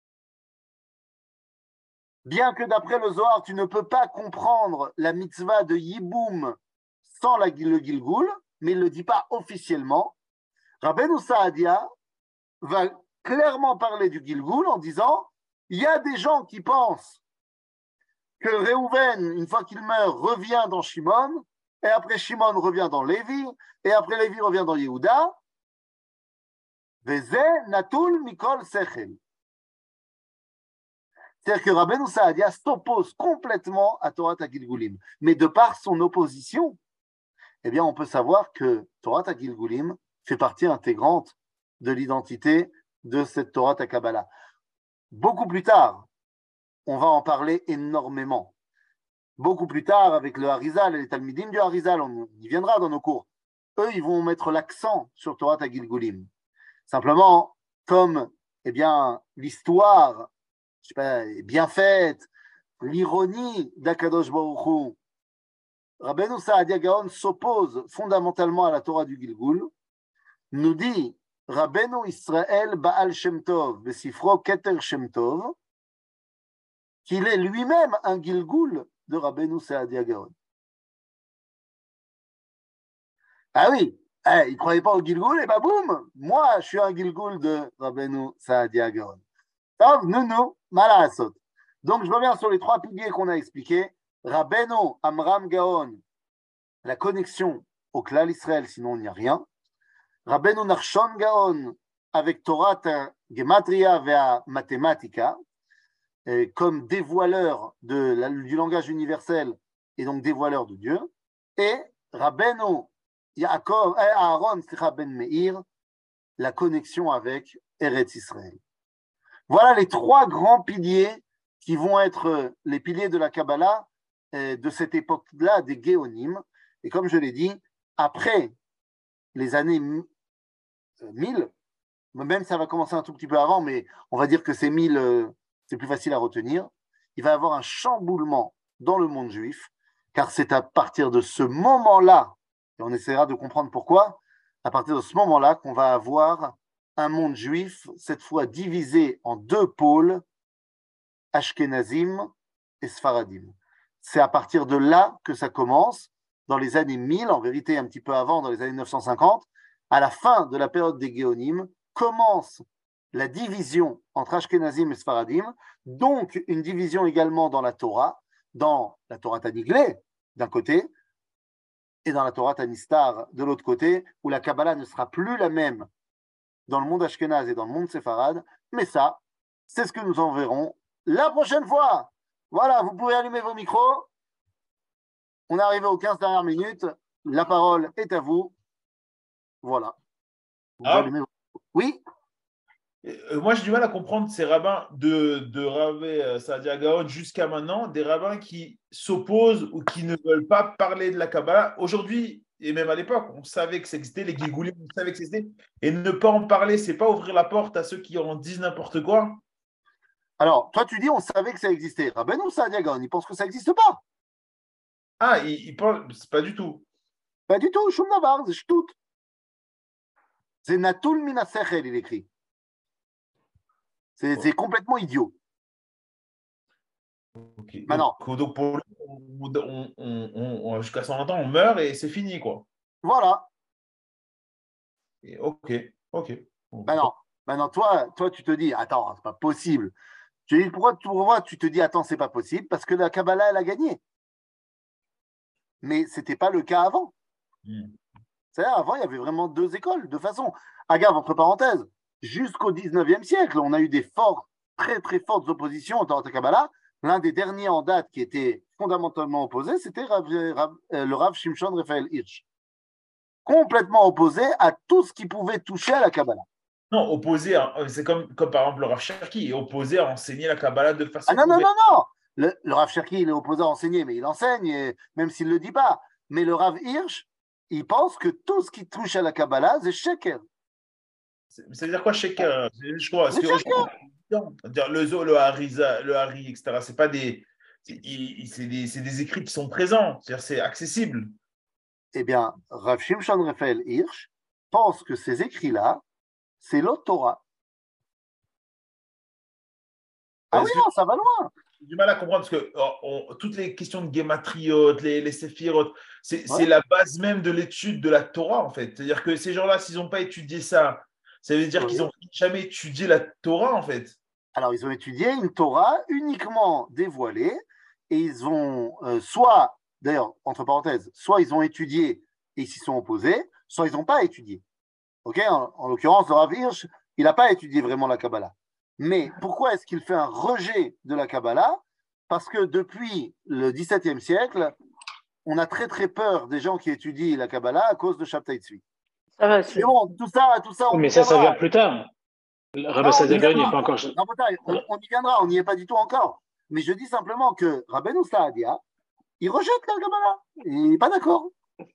Bien que d'après le Zohar, tu ne peux pas comprendre la mitzvah de Yiboum sans le Gilgul, mais il ne le dit pas officiellement. Rabbeinu Saadia va clairement parler du Gilgul en disant il y a des gens qui pensent que Réhouven, une fois qu'il meurt, revient dans Shimon, et après Shimon revient dans Lévi, et après Lévi revient dans Yehuda. Veze natul mikol sechel. C'est-à-dire que Rabbeinu Saadia s'oppose complètement à Torah Gilgulim. Mais de par son opposition, eh bien, on peut savoir que Torah Gilgulim fait partie intégrante de l'identité de cette Torah Kabbalah. Beaucoup plus tard, on va en parler énormément. Beaucoup plus tard, avec le Harizal et les Talmidim du Harizal, on y viendra dans nos cours. Eux, ils vont mettre l'accent sur Torah Gilgulim. Simplement, comme eh bien, l'histoire je sais pas, est bien faite, l'ironie d'Akadosh Baruch Hu, Rabbeinu Saadia Gaon s'oppose fondamentalement à la Torah du Gilgul, nous dit Rabbeinu Israël Baal Shem Tov, Besifro Keter Shem Tov, qu'il est lui-même un Gilgul de Rabbeinu Saadia Gaon. Ah oui, il ne croyait pas au Gilgul, et bah boum, moi je suis un Gilgul de Rabbeinu Saadia Gaon. Nounou, Malasot. Donc je reviens sur les trois piliers qu'on a expliqués. Rabbeinu Amram Gaon, la connexion au Klal Israël, sinon il n'y a rien. Rabbeinu Nachshon Gaon, avec Torah Gematria Vea Mathematica, comme dévoileur du langage universel et donc dévoileur de Dieu. Et Rabbeinu Aaron Ben Meir, la connexion avec Eretz Israël. Voilà les trois grands piliers qui vont être les piliers de la Kabbalah de cette époque-là des Géonim. Et comme je l'ai dit, après les années 1000, même ça va commencer un tout petit peu avant, mais on va dire que c'est 1000, c'est plus facile à retenir, il va y avoir un chamboulement dans le monde juif, car c'est à partir de ce moment-là, et on essaiera de comprendre pourquoi, à partir de ce moment-là qu'on va avoir un monde juif, cette fois divisé en deux pôles, Ashkenazim et Sfaradim. C'est à partir de là que ça commence, dans les années 1000, en vérité un petit peu avant, dans les années 950, à la fin de la période des Géonim, commence la division entre Ashkenazim et Sfaradim, donc une division également dans la Torah Taniglé d'un côté, et dans la Torah Tanistar de l'autre côté, où la Kabbalah ne sera plus la même dans le monde Ashkenaz et dans le monde séfarade, mais ça, c'est ce que nous en verrons la prochaine fois. Voilà, vous pouvez allumer vos micros. On est arrivé aux 15 dernières minutes. La parole est à vous. Voilà. Vous pouvez allumer vos micros. Oui. Moi, j'ai du mal à comprendre ces rabbins de Rabbi Saadia Gaon jusqu'à maintenant, des rabbins qui s'opposent ou qui ne veulent pas parler de la Kabbalah. Aujourd'hui, et même à l'époque, on savait que ça existait, les Gilgulim, on savait que ça existait. Et ne pas en parler, c'est pas ouvrir la porte à ceux qui en disent n'importe quoi. Alors, toi, tu dis, on savait que ça existait. Rabbeinu Saadia Gaon, il pense que ça n'existe pas. Ah, il parle, c'est pas du tout. Pas du tout, Shum Davar, c'est Shtout. C'est Natul Minasechel, il écrit. C'est complètement idiot. Okay. Maintenant, donc pour lui, jusqu'à 120 ans, on meurt et c'est fini, quoi. voilà. Et ok. Maintenant, toi, tu te dis, attends, c'est pas possible. Tu dis, pourquoi tu te dis, attends, c'est pas possible? Parce que la Kabbalah, elle a gagné. Mais ce n'était pas le cas avant. C'est-à-dire, avant, il y avait vraiment deux écoles, deux façons. Agave, entre parenthèses, jusqu'au 19e siècle. On a eu des fortes, très très fortes oppositions au Torah Kabbalah. L'un des derniers en date qui était fondamentalement opposé, c'était le Rav Shimshon Raphaël Hirsch. Complètement opposé à tout ce qui pouvait toucher à la Kabbalah. Non, opposé, c'est comme par exemple le Rav Cherki, opposé à enseigner la Kabbalah de Ah façon non, non, ouverte. non, non. Le Rav Cherki, il est opposé à enseigner, mais il enseigne, même s'il ne le dit pas. Mais le Rav Hirsch, il pense que tout ce qui touche à la Kabbalah, c'est sheker. Ça veut dire quoi, Sheker? Je crois, parce C'est que sheker. le Zo, le Harisa, le Hari, etc., c'est pas des. C'est des écrits qui sont présents, c'est-à-dire c'est accessible. Eh bien, Rav Shimshon Raphaël Hirsch pense que ces écrits-là, c'est l'Torah. Ah oui, Parce que non, ça va loin. j'ai du mal à comprendre, parce que toutes les questions de guématriotes, les séphirotes, c'est Ouais. la base même de l'étude de la Torah, en fait. C'est-à-dire que ces gens-là, s'ils n'ont pas étudié ça, ça veut dire qu'ils Ouais. n'ont jamais étudié la Torah, en fait. Alors, ils ont étudié une Torah uniquement dévoilée et ils ont soit, d'ailleurs, entre parenthèses, soit ils ont étudié et ils s'y sont opposés, soit ils n'ont pas étudié. Ok, en l'occurrence, le Rav Hirsch, il n'a pas étudié vraiment la Kabbalah. Mais pourquoi est-ce qu'il fait un rejet de la Kabbalah? Parce que depuis le XVIIe siècle, on a très très peur des gens qui étudient la Kabbalah à cause de Shabtai Tzvi. Ça va, Mais bon, tout ça, Oui, on mais y ça vient viendra. plus tard. Rabbi Non, on y Sadia Gaon, il n'est viendra. pas encore. Rabotai, on y viendra, on n'y est pas du tout encore. Mais je dis simplement que Rabbeinu Saadia, il rejette la Kabbalah. Il n'est pas d'accord.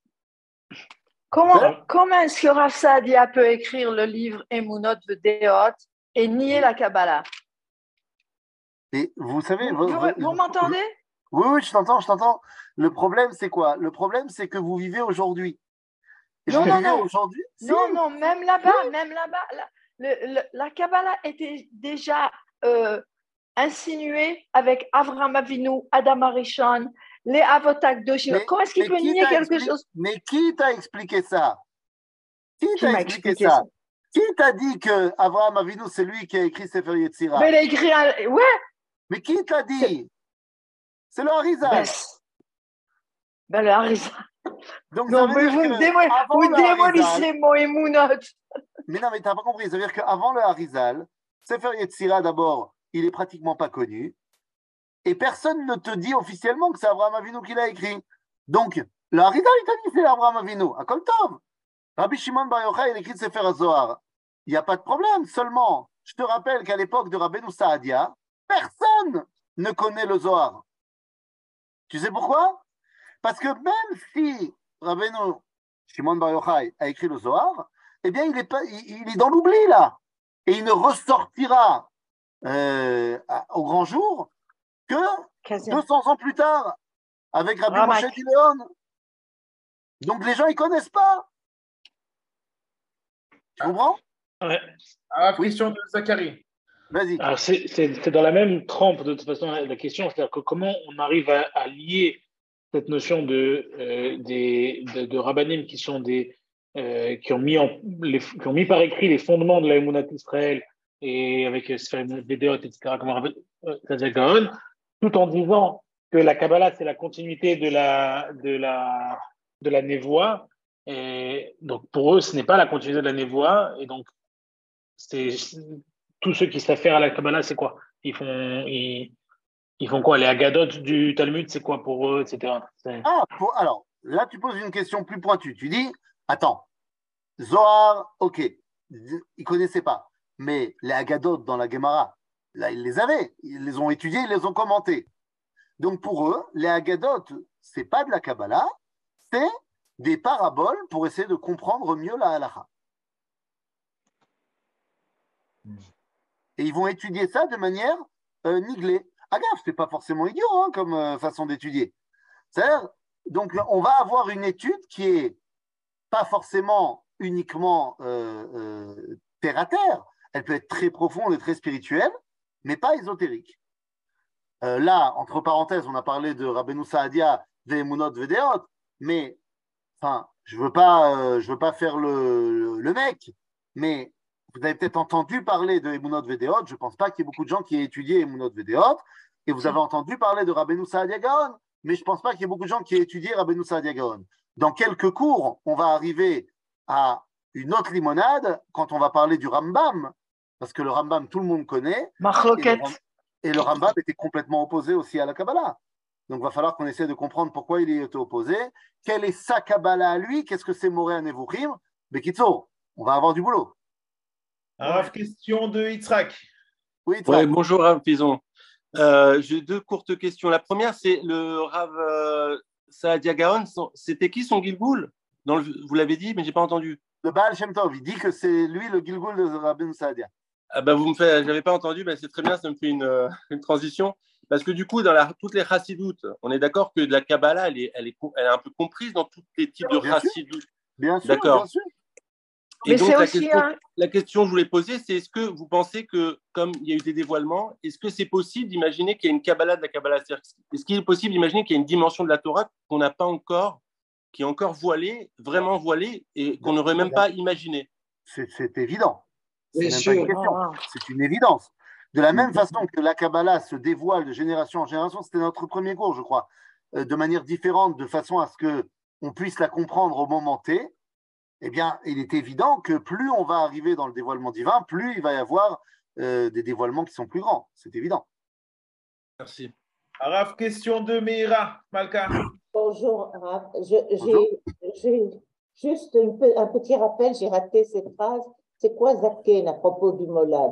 Comment est-ce que Rav Saadia peut écrire le livre Emunot Vedeot et nier la Kabbalah? Et vous savez, Vous m'entendez? Oui, oui, je t'entends. Le problème, c'est quoi? Le problème, c'est que vous vivez aujourd'hui. Et Non, vous non, vivez non. aujourd'hui? Non, Si. non, même là-bas, la Kabbalah était déjà insinuée avec Avraham Avinu, Adam Arishon, les Avotak d'Oshim. Comment est-ce qu'il peut nier quelque chose? Mais qui t'a expliqué ça? Qui Qui t'a m'a expliqué expliqué ça? ça? Qui t'a dit que Avraham Avinu, c'est lui qui a écrit Sefer Yetzirah? Mais il a écrit un. Ouais! Mais qui t'a dit? C'est le Harizal. Le Harizal. Donc, Non, ça veut mais dire vous que démolissez mon Emunot. Mais non, mais t'as pas compris. Ça veut dire qu'avant le Harizal, Sefer Yetzirah, d'abord, il est pratiquement pas connu. Et personne ne te dit officiellement que c'est Avraham Avinu qui l'a écrit. Donc, le Harizal, il t'a dit c'est Avraham Avinu. À Kol Tov. Rabbi Shimon Bar Yochai, il écrit Sefer HaZohar. Il n'y a pas de problème. Seulement, je te rappelle qu'à l'époque de Rabbeinu Saadia, personne ne connaît le Zohar. Tu sais pourquoi? Parce que même si Rabbeinu Shimon Bar Yochai a écrit le Zohar, eh bien, il est dans l'oubli, là. Et il ne ressortira au grand jour que 200 ans plus tard, avec Rabbi Moshe Dileon. Donc, les gens, ils ne connaissent pas. Tu comprends? Ouais. Question de Zachary. Vas-y. Alors, c'est dans la même trempe, de toute façon, la question. C'est-à-dire que comment on arrive à lier cette notion de rabbanim qui sont qui ont mis par écrit les fondements de la Emunat Israël et avec Sefer Vedeot, etc., comme Rabbi Sadia Gaon, tout en disant que la Kabbalah, c'est la continuité de la névoie. Et donc, pour eux, ce n'est pas la continuité de la névoie. Et donc, tous ceux qui s'affairent à la Kabbalah, c'est quoi? Ils font quoi? Les Agadot du Talmud, c'est quoi pour eux, etc. Alors, là, tu poses une question plus pointue. Tu dis, attends, Zohar, ok, ils ne connaissaient pas. Mais les Agadot dans la Gemara, là, ils les avaient. Ils les ont étudiés, ils les ont commentés. Donc, pour eux, les Agadot, ce n'est pas de la Kabbalah, c'est des paraboles pour essayer de comprendre mieux la halakha. Et ils vont étudier ça de manière niglée. Ah, gaffe, c'est pas forcément idiot hein, comme façon d'étudier. C'est-à-dire, donc, on va avoir une étude qui est pas forcément uniquement terre à terre. Elle peut être très profonde et très spirituelle, mais pas ésotérique. Là, entre parenthèses, on a parlé de Rabbeinu Saadia, Ve'emunot Vedeot, mais enfin, je veux pas faire le mec, mais vous avez peut-être entendu parler de Emunot Vedeot. Je ne pense pas qu'il y ait beaucoup de gens qui aient étudié Emunot Vedeot. Et vous avez entendu parler de Rabbeinu Saadia Gaon, mais je ne pense pas qu'il y ait beaucoup de gens qui aient étudié Rabbeinu Saadia Gaon. Dans quelques cours, on va arriver à une autre limonade quand on va parler du Rambam, parce que le Rambam, tout le monde connaît, Machloket. et le Rambam était complètement opposé aussi à la Kabbalah. Donc, il va falloir qu'on essaie de comprendre pourquoi il y était opposé. Quelle est sa Kabbalah à lui? Qu'est-ce que c'est Moré à Nevuchim? Bekitso, on va avoir du boulot. Alors, question de Yitzhak. Oui, Yitzhak. Ouais, bonjour, Rav Pison. J'ai deux courtes questions. La première, c'est le Rav Saadia Gaon. C'était qui son Gilgoul? Vous l'avez dit, mais je n'ai pas entendu. Le Baal Shem Tov, il dit que c'est lui le Gilgoul de Rabbeinu Saadia. Ah bah je n'avais pas entendu, bah c'est très bien, ça me fait une transition. Parce que du coup, dans toutes les chassidoutes, on est d'accord que la Kabbalah, elle est un peu comprise dans tous les types de chassidoutes. Bien sûr, d'accord. Bien sûr. Et mais donc, la question que je voulais poser, c'est est-ce que vous pensez que, comme il y a eu des dévoilements, est-ce que c'est possible d'imaginer qu'il y a une Kabbalah de la Kabbalah? Est-ce qu'il est possible d'imaginer qu'il y a une dimension de la Torah qu'on n'a pas encore, qui est encore voilée, vraiment voilée, et qu'on n'aurait même pas imaginé? C'est évident. C'est Bien même sûr. pas une question. C'est une évidence. De la même façon que la Kabbalah se dévoile de génération en génération, c'était notre premier cours, je crois, de manière différente, de façon à ce qu'on puisse la comprendre au moment T, eh bien, il est évident que plus on va arriver dans le dévoilement divin, plus il va y avoir des dévoilements qui sont plus grands. C'est évident. Merci. Araf, question de Meira, Malka. Bonjour, Raph. J'ai juste un petit rappel, j'ai raté cette phrase. C'est quoi Zaken à propos du Molad?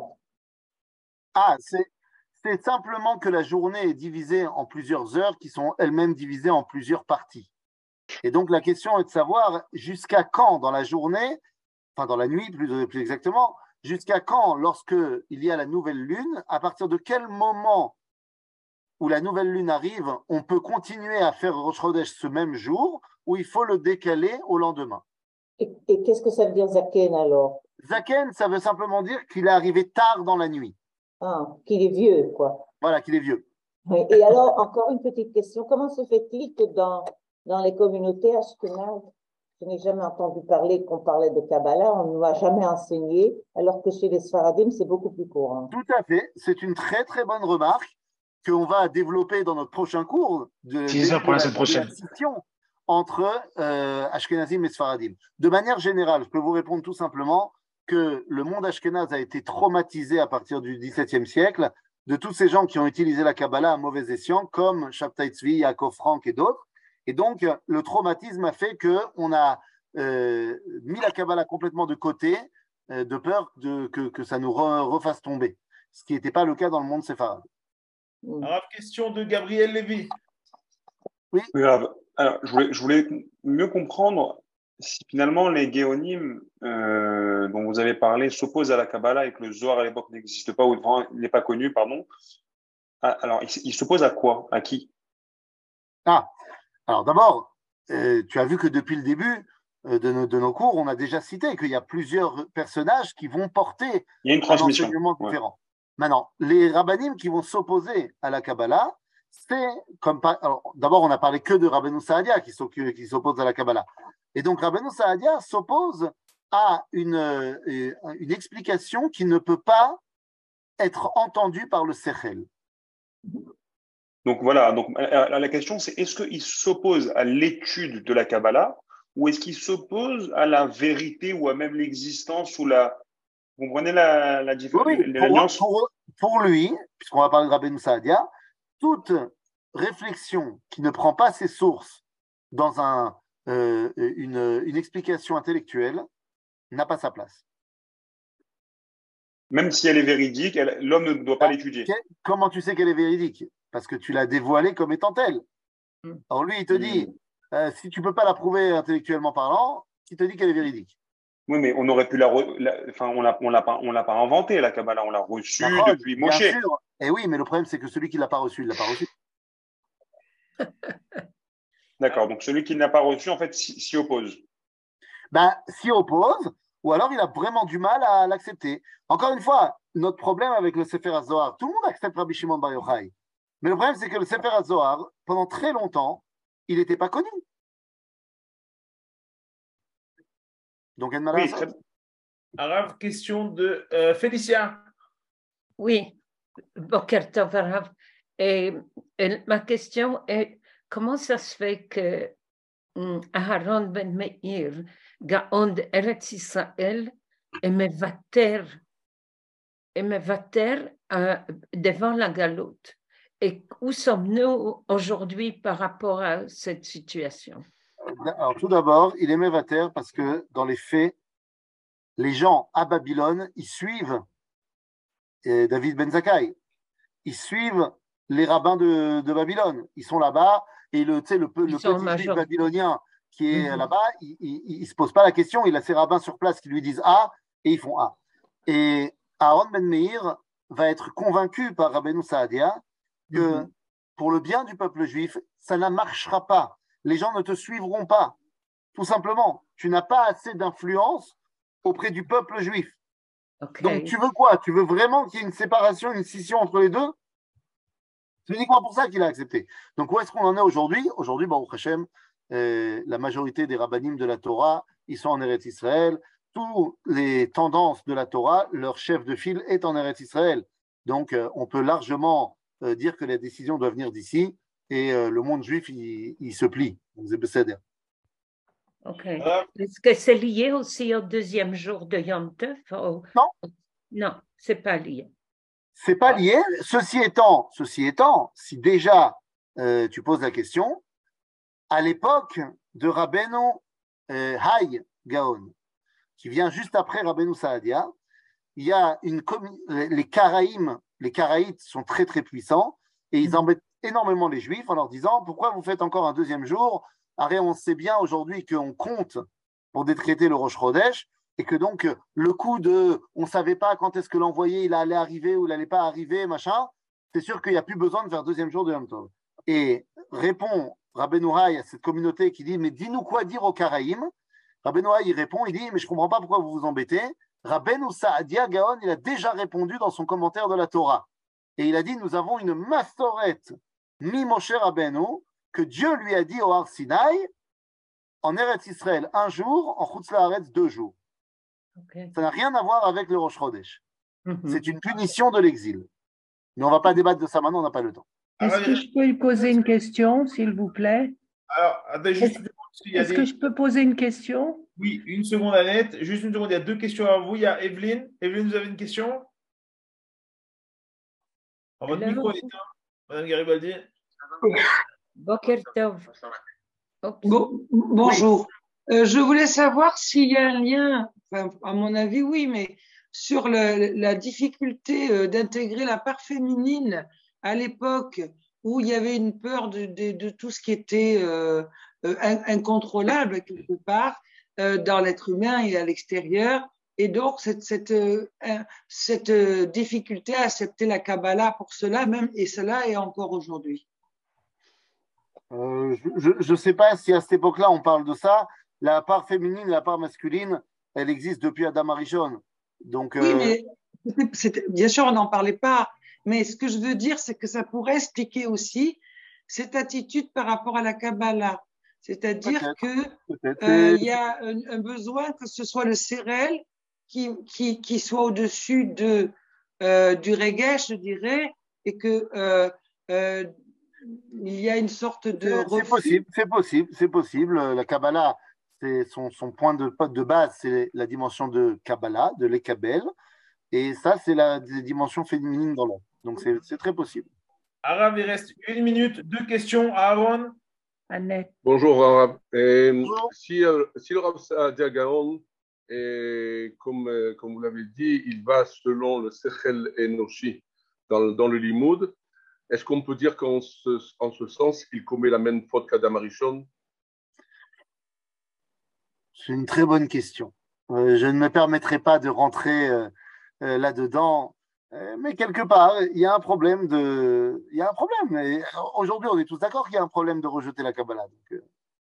Ah, c'est simplement que la journée est divisée en plusieurs heures qui sont elles-mêmes divisées en plusieurs parties. Et donc la question est de savoir jusqu'à quand dans la journée, enfin dans la nuit plus exactement, jusqu'à quand lorsque il y a la nouvelle lune, à partir de quel moment où la nouvelle lune arrive, on peut continuer à faire Rosh Chodesh ce même jour ou il faut le décaler au lendemain. Et qu'est-ce que ça veut dire Zaken alors? Zaken, ça veut simplement dire qu'il est arrivé tard dans la nuit. Ah, qu'il est vieux, quoi. Voilà, qu'il est vieux. Oui. Et alors, encore une petite question. Comment se fait-il que dans les communautés ashkénazes, je n'ai jamais entendu parler qu'on parlait de Kabbalah, on ne m'a jamais enseigné, alors que chez les Sfaradim, c'est beaucoup plus courant. Tout à fait. C'est une très, très bonne remarque qu'on va développer dans notre prochain cours de la scission entre Ashkenazim et Sfaradim. De manière générale, je peux vous répondre tout simplement que le monde ashkénaze a été traumatisé à partir du XVIIe siècle de tous ces gens qui ont utilisé la Kabbalah à mauvais escient, comme Shabtai Tzvi, Yaakov Frank et d'autres. Et donc, le traumatisme a fait qu'on a mis la Kabbalah complètement de côté, de peur que ça nous refasse tomber, ce qui n'était pas le cas dans le monde séfarade. Alors, question de Gabriel Lévy. Oui. Alors, je voulais mieux comprendre si finalement les Géonim dont vous avez parlé s'opposent à la Kabbalah et que le Zohar à l'époque n'existe pas ou il n'est pas connu, pardon. Alors, il s'oppose à quoi? À qui? Alors d'abord, tu as vu que depuis le début de nos cours, on a déjà cité qu'il y a plusieurs personnages qui vont porter un enseignement différent. Maintenant, les rabbinim qui vont s'opposer à la Kabbalah, c'est comme d'abord on a parlé que de Rabbeinu Saadia qui s'oppose à la Kabbalah. Et donc Rabbeinu Saadia s'oppose à une explication qui ne peut pas être entendue par le Sechel. Donc voilà, donc la question c'est est-ce qu'il s'oppose à l'étude de la Kabbalah ou est-ce qu'il s'oppose à la vérité ou à même l'existence ou la... Vous comprenez la différence? Oui, pour lui, puisqu'on va parler de Rabbeinu Saadia, toute réflexion qui ne prend pas ses sources dans une explication intellectuelle n'a pas sa place. Même si elle est véridique, l'homme ne doit pas l'étudier. Comment tu sais qu'elle est véridique? Parce que tu l'as dévoilée comme étant telle. Alors lui, il te dit, si tu ne peux pas la prouver intellectuellement parlant, il te dit qu'elle est véridique. Oui, mais on aurait pu on l'a pas inventée, la Kabbalah, on l'a reçue depuis Moshe. Bien sûr. Et oui, mais le problème, c'est que celui qui ne l'a pas reçue, il ne l'a pas reçue. D'accord, donc celui qui ne l'a pas reçu, en fait, s'y oppose. S'y oppose, ou alors il a vraiment du mal à l'accepter. Encore une fois, notre problème avec le Sefer HaZohar, tout le monde accepte Rabbi Shimon Bar Yochai. Mais le problème, c'est que le Sefer HaZohar, pendant très longtemps, il n'était pas connu. Donc, oui, Arav, question de Félicia. Oui, Boker Tov, Arav. Et ma question est, comment ça se fait que Aharon ben Meir, Gaon d'Eretz Israël, et Mevater devant la galoute. Et où sommes-nous aujourd'hui par rapport à cette situation? Alors, tout d'abord, il est Mevater parce que dans les faits, les gens à Babylone, ils suivent David Ben Zakkai. Ils suivent les rabbins de Babylone. Ils sont là-bas et le petit juif babylonien qui est là-bas, il ne se pose pas la question. Il a ses rabbins sur place qui lui disent A et ils font A. Et Aaron Ben Meir va être convaincu par Rabbeinu Saadia que pour le bien du peuple juif, ça ne marchera pas. Les gens ne te suivront pas. Tout simplement, tu n'as pas assez d'influence auprès du peuple juif. Okay. Donc, tu veux quoi? Tu veux vraiment qu'il y ait une séparation, une scission entre les deux? C'est uniquement pour ça qu'il a accepté. Donc, où est-ce qu'on en est aujourd'hui? Aujourd'hui, Baruch Hashem, la majorité des rabbanim de la Torah, ils sont en Eretz Israël. Toutes les tendances de la Torah, leur chef de file est en Eretz Israël. Donc, on peut largement dire que la décision doit venir d'ici et le monde juif, il se plie. Ok. Est-ce que c'est lié aussi au deuxième jour de Yom Tov? Non. Non, c'est pas lié. C'est pas lié. Ceci étant, si déjà tu poses la question, à l'époque de Rabbeinu Hay Gaon, qui vient juste après Rabbeinu Saadia, il y a les Karaïtes sont très très puissants et ils embêtent énormément les Juifs en leur disant pourquoi vous faites encore un deuxième jour? Arrête, on sait bien aujourd'hui qu'on compte pour décréter le Rosh Chodesh et que donc le coup de on ne savait pas quand est-ce que l'envoyé il allait arriver ou il n'allait pas arriver, machin, c'est sûr qu'il n'y a plus besoin de faire deuxième jour de Yom Tov. Et répond Rabbeinu Hay à cette communauté qui dit mais dis-nous quoi dire aux Karaïm. Rabbeinu Hay il répond, il dit mais je ne comprends pas pourquoi vous vous embêtez. Rabbeinu Saadia Gaon il a déjà répondu dans son commentaire de la Torah. Et il a dit nous avons une masoret mi Moshe Rabbeinu que Dieu lui a dit au Har Sinaï, en Eretz Israël un jour, en Chutz La'aretz 2 jours. Okay. Ça n'a rien à voir avec le Rosh Chodesh. C'est une punition de l'exil. Mais on ne va pas débattre de ça maintenant, on n'a pas le temps. Est-ce que je peux lui poser une question, s'il vous plaît? Alors, juste est-ce que je peux poser une question? Oui, une seconde, Annette. Juste une seconde, il y a deux questions à vous. Il y a Evelyne. Evelyne, vous avez une question? Votre micro est éteint, Madame Garibaldi. Boker Tov. Bonjour. Je voulais savoir s'il y a un lien, enfin, à mon avis, oui, mais sur la difficulté d'intégrer la part féminine à l'époque où il y avait une peur de tout ce qui était incontrôlable quelque part dans l'être humain et à l'extérieur. Et donc, cette difficulté à accepter la Kabbalah pour cela même, et cela est encore aujourd'hui. Je ne sais pas si à cette époque-là, on parle de ça. La part féminine, la part masculine, elle existe depuis Adam Arishon. Donc, oui, mais bien sûr, on n'en parlait pas. Mais ce que je veux dire, c'est que ça pourrait expliquer aussi cette attitude par rapport à la Kabbalah. C'est-à-dire qu'il y a un besoin que ce soit le Sérel qui soit au-dessus du Regesh, je dirais, et que il y a une sorte de c'est possible. La Kabbalah, c'est son point de base, c'est la dimension de Kabbalah, de l'Ekabel, et ça, c'est la dimension féminine dans l'homme. Donc, c'est très possible. Arabe, il reste 1 minute, 2 questions. Aaron. Annette. Bonjour, Arabe. Bonjour. Si le Rav Saadia Gaon, comme vous l'avez dit, il va selon le Sechel Enoshi dans le Limoud, est-ce qu'on peut dire qu'en ce sens, il commet la même faute qu'Adam Arishon? C'est une très bonne question. Je ne me permettrai pas de rentrer là-dedans, mais quelque part, il y a un problème. Il y a un problème. Et aujourd'hui, on est tous d'accord qu'il y a un problème de rejeter la Kabbalah. Donc,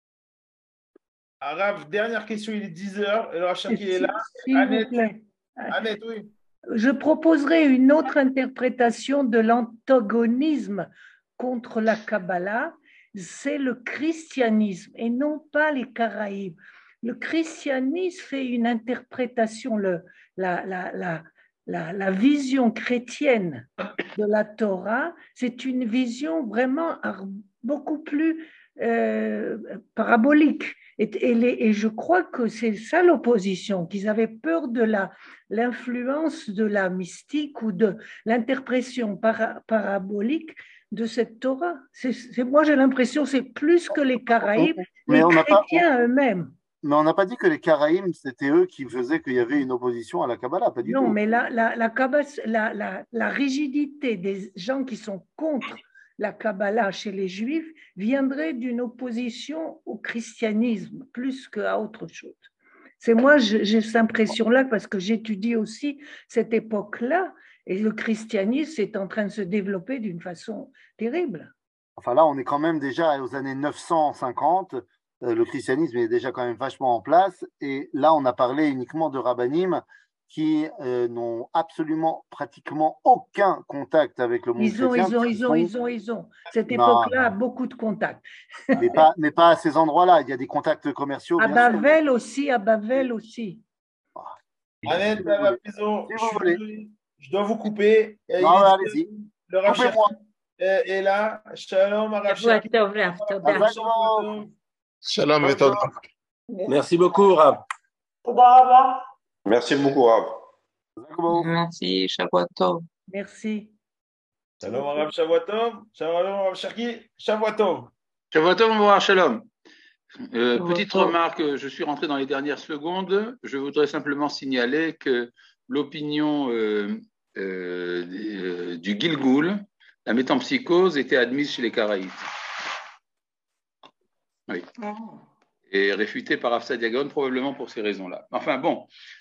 Arabe, dernière question, il est 10h. Alors, Chaki est là. S'il vous plaît. Annette, oui. Je proposerai une autre interprétation de l'antagonisme contre la Kabbalah, c'est le christianisme et non pas les Caraïbes. Le christianisme fait une interprétation, la vision chrétienne de la Torah, c'est une vision vraiment beaucoup plus parabolique. Et je crois que c'est ça l'opposition, qu'ils avaient peur de l'influence de la mystique ou de l'interprétation parabolique de cette Torah. Moi, j'ai l'impression que c'est plus que les Caraïbes, les chrétiens eux-mêmes. Mais on n'a pas dit que les Caraïbes, c'était eux qui faisaient qu'il y avait une opposition à la Kabbalah, pas du tout. Non, mais la rigidité des gens qui sont contre la Kabbalah chez les Juifs viendrait d'une opposition au christianisme plus qu'à autre chose. C'est moi, j'ai cette impression-là parce que j'étudie aussi cette époque-là et le christianisme est en train de se développer d'une façon terrible. Enfin là, on est quand même déjà aux années 950. Le christianisme est déjà quand même vachement en place. Et là, on a parlé uniquement de rabbanim qui n'ont absolument, pratiquement aucun contact avec le monde chrétien. Ils ont. Cette époque-là a beaucoup de contacts. Mais pas à ces endroits-là. Il y a des contacts commerciaux. À Bavel aussi. Annette, à la maison, je dois vous couper. Non, allez-y. Coupez-moi. Et là, shalom, Arav. Shalom et Toda. Merci beaucoup, Rav. Merci beaucoup, Rav. Merci, Shavua Tov. Merci. Shalom, Arav, Shavua Tov. Shalom, Arav, Cherki, Shavua Tov. Shavua Tov, mon Shalom. Petite remarque, je suis rentré dans les dernières secondes. Je voudrais simplement signaler que l'opinion du Gilgoul, la métempsychose, était admise chez les Caraïbes. Oui. Et réfutée par Rav Sadia Gaon, probablement pour ces raisons-là. Enfin bon,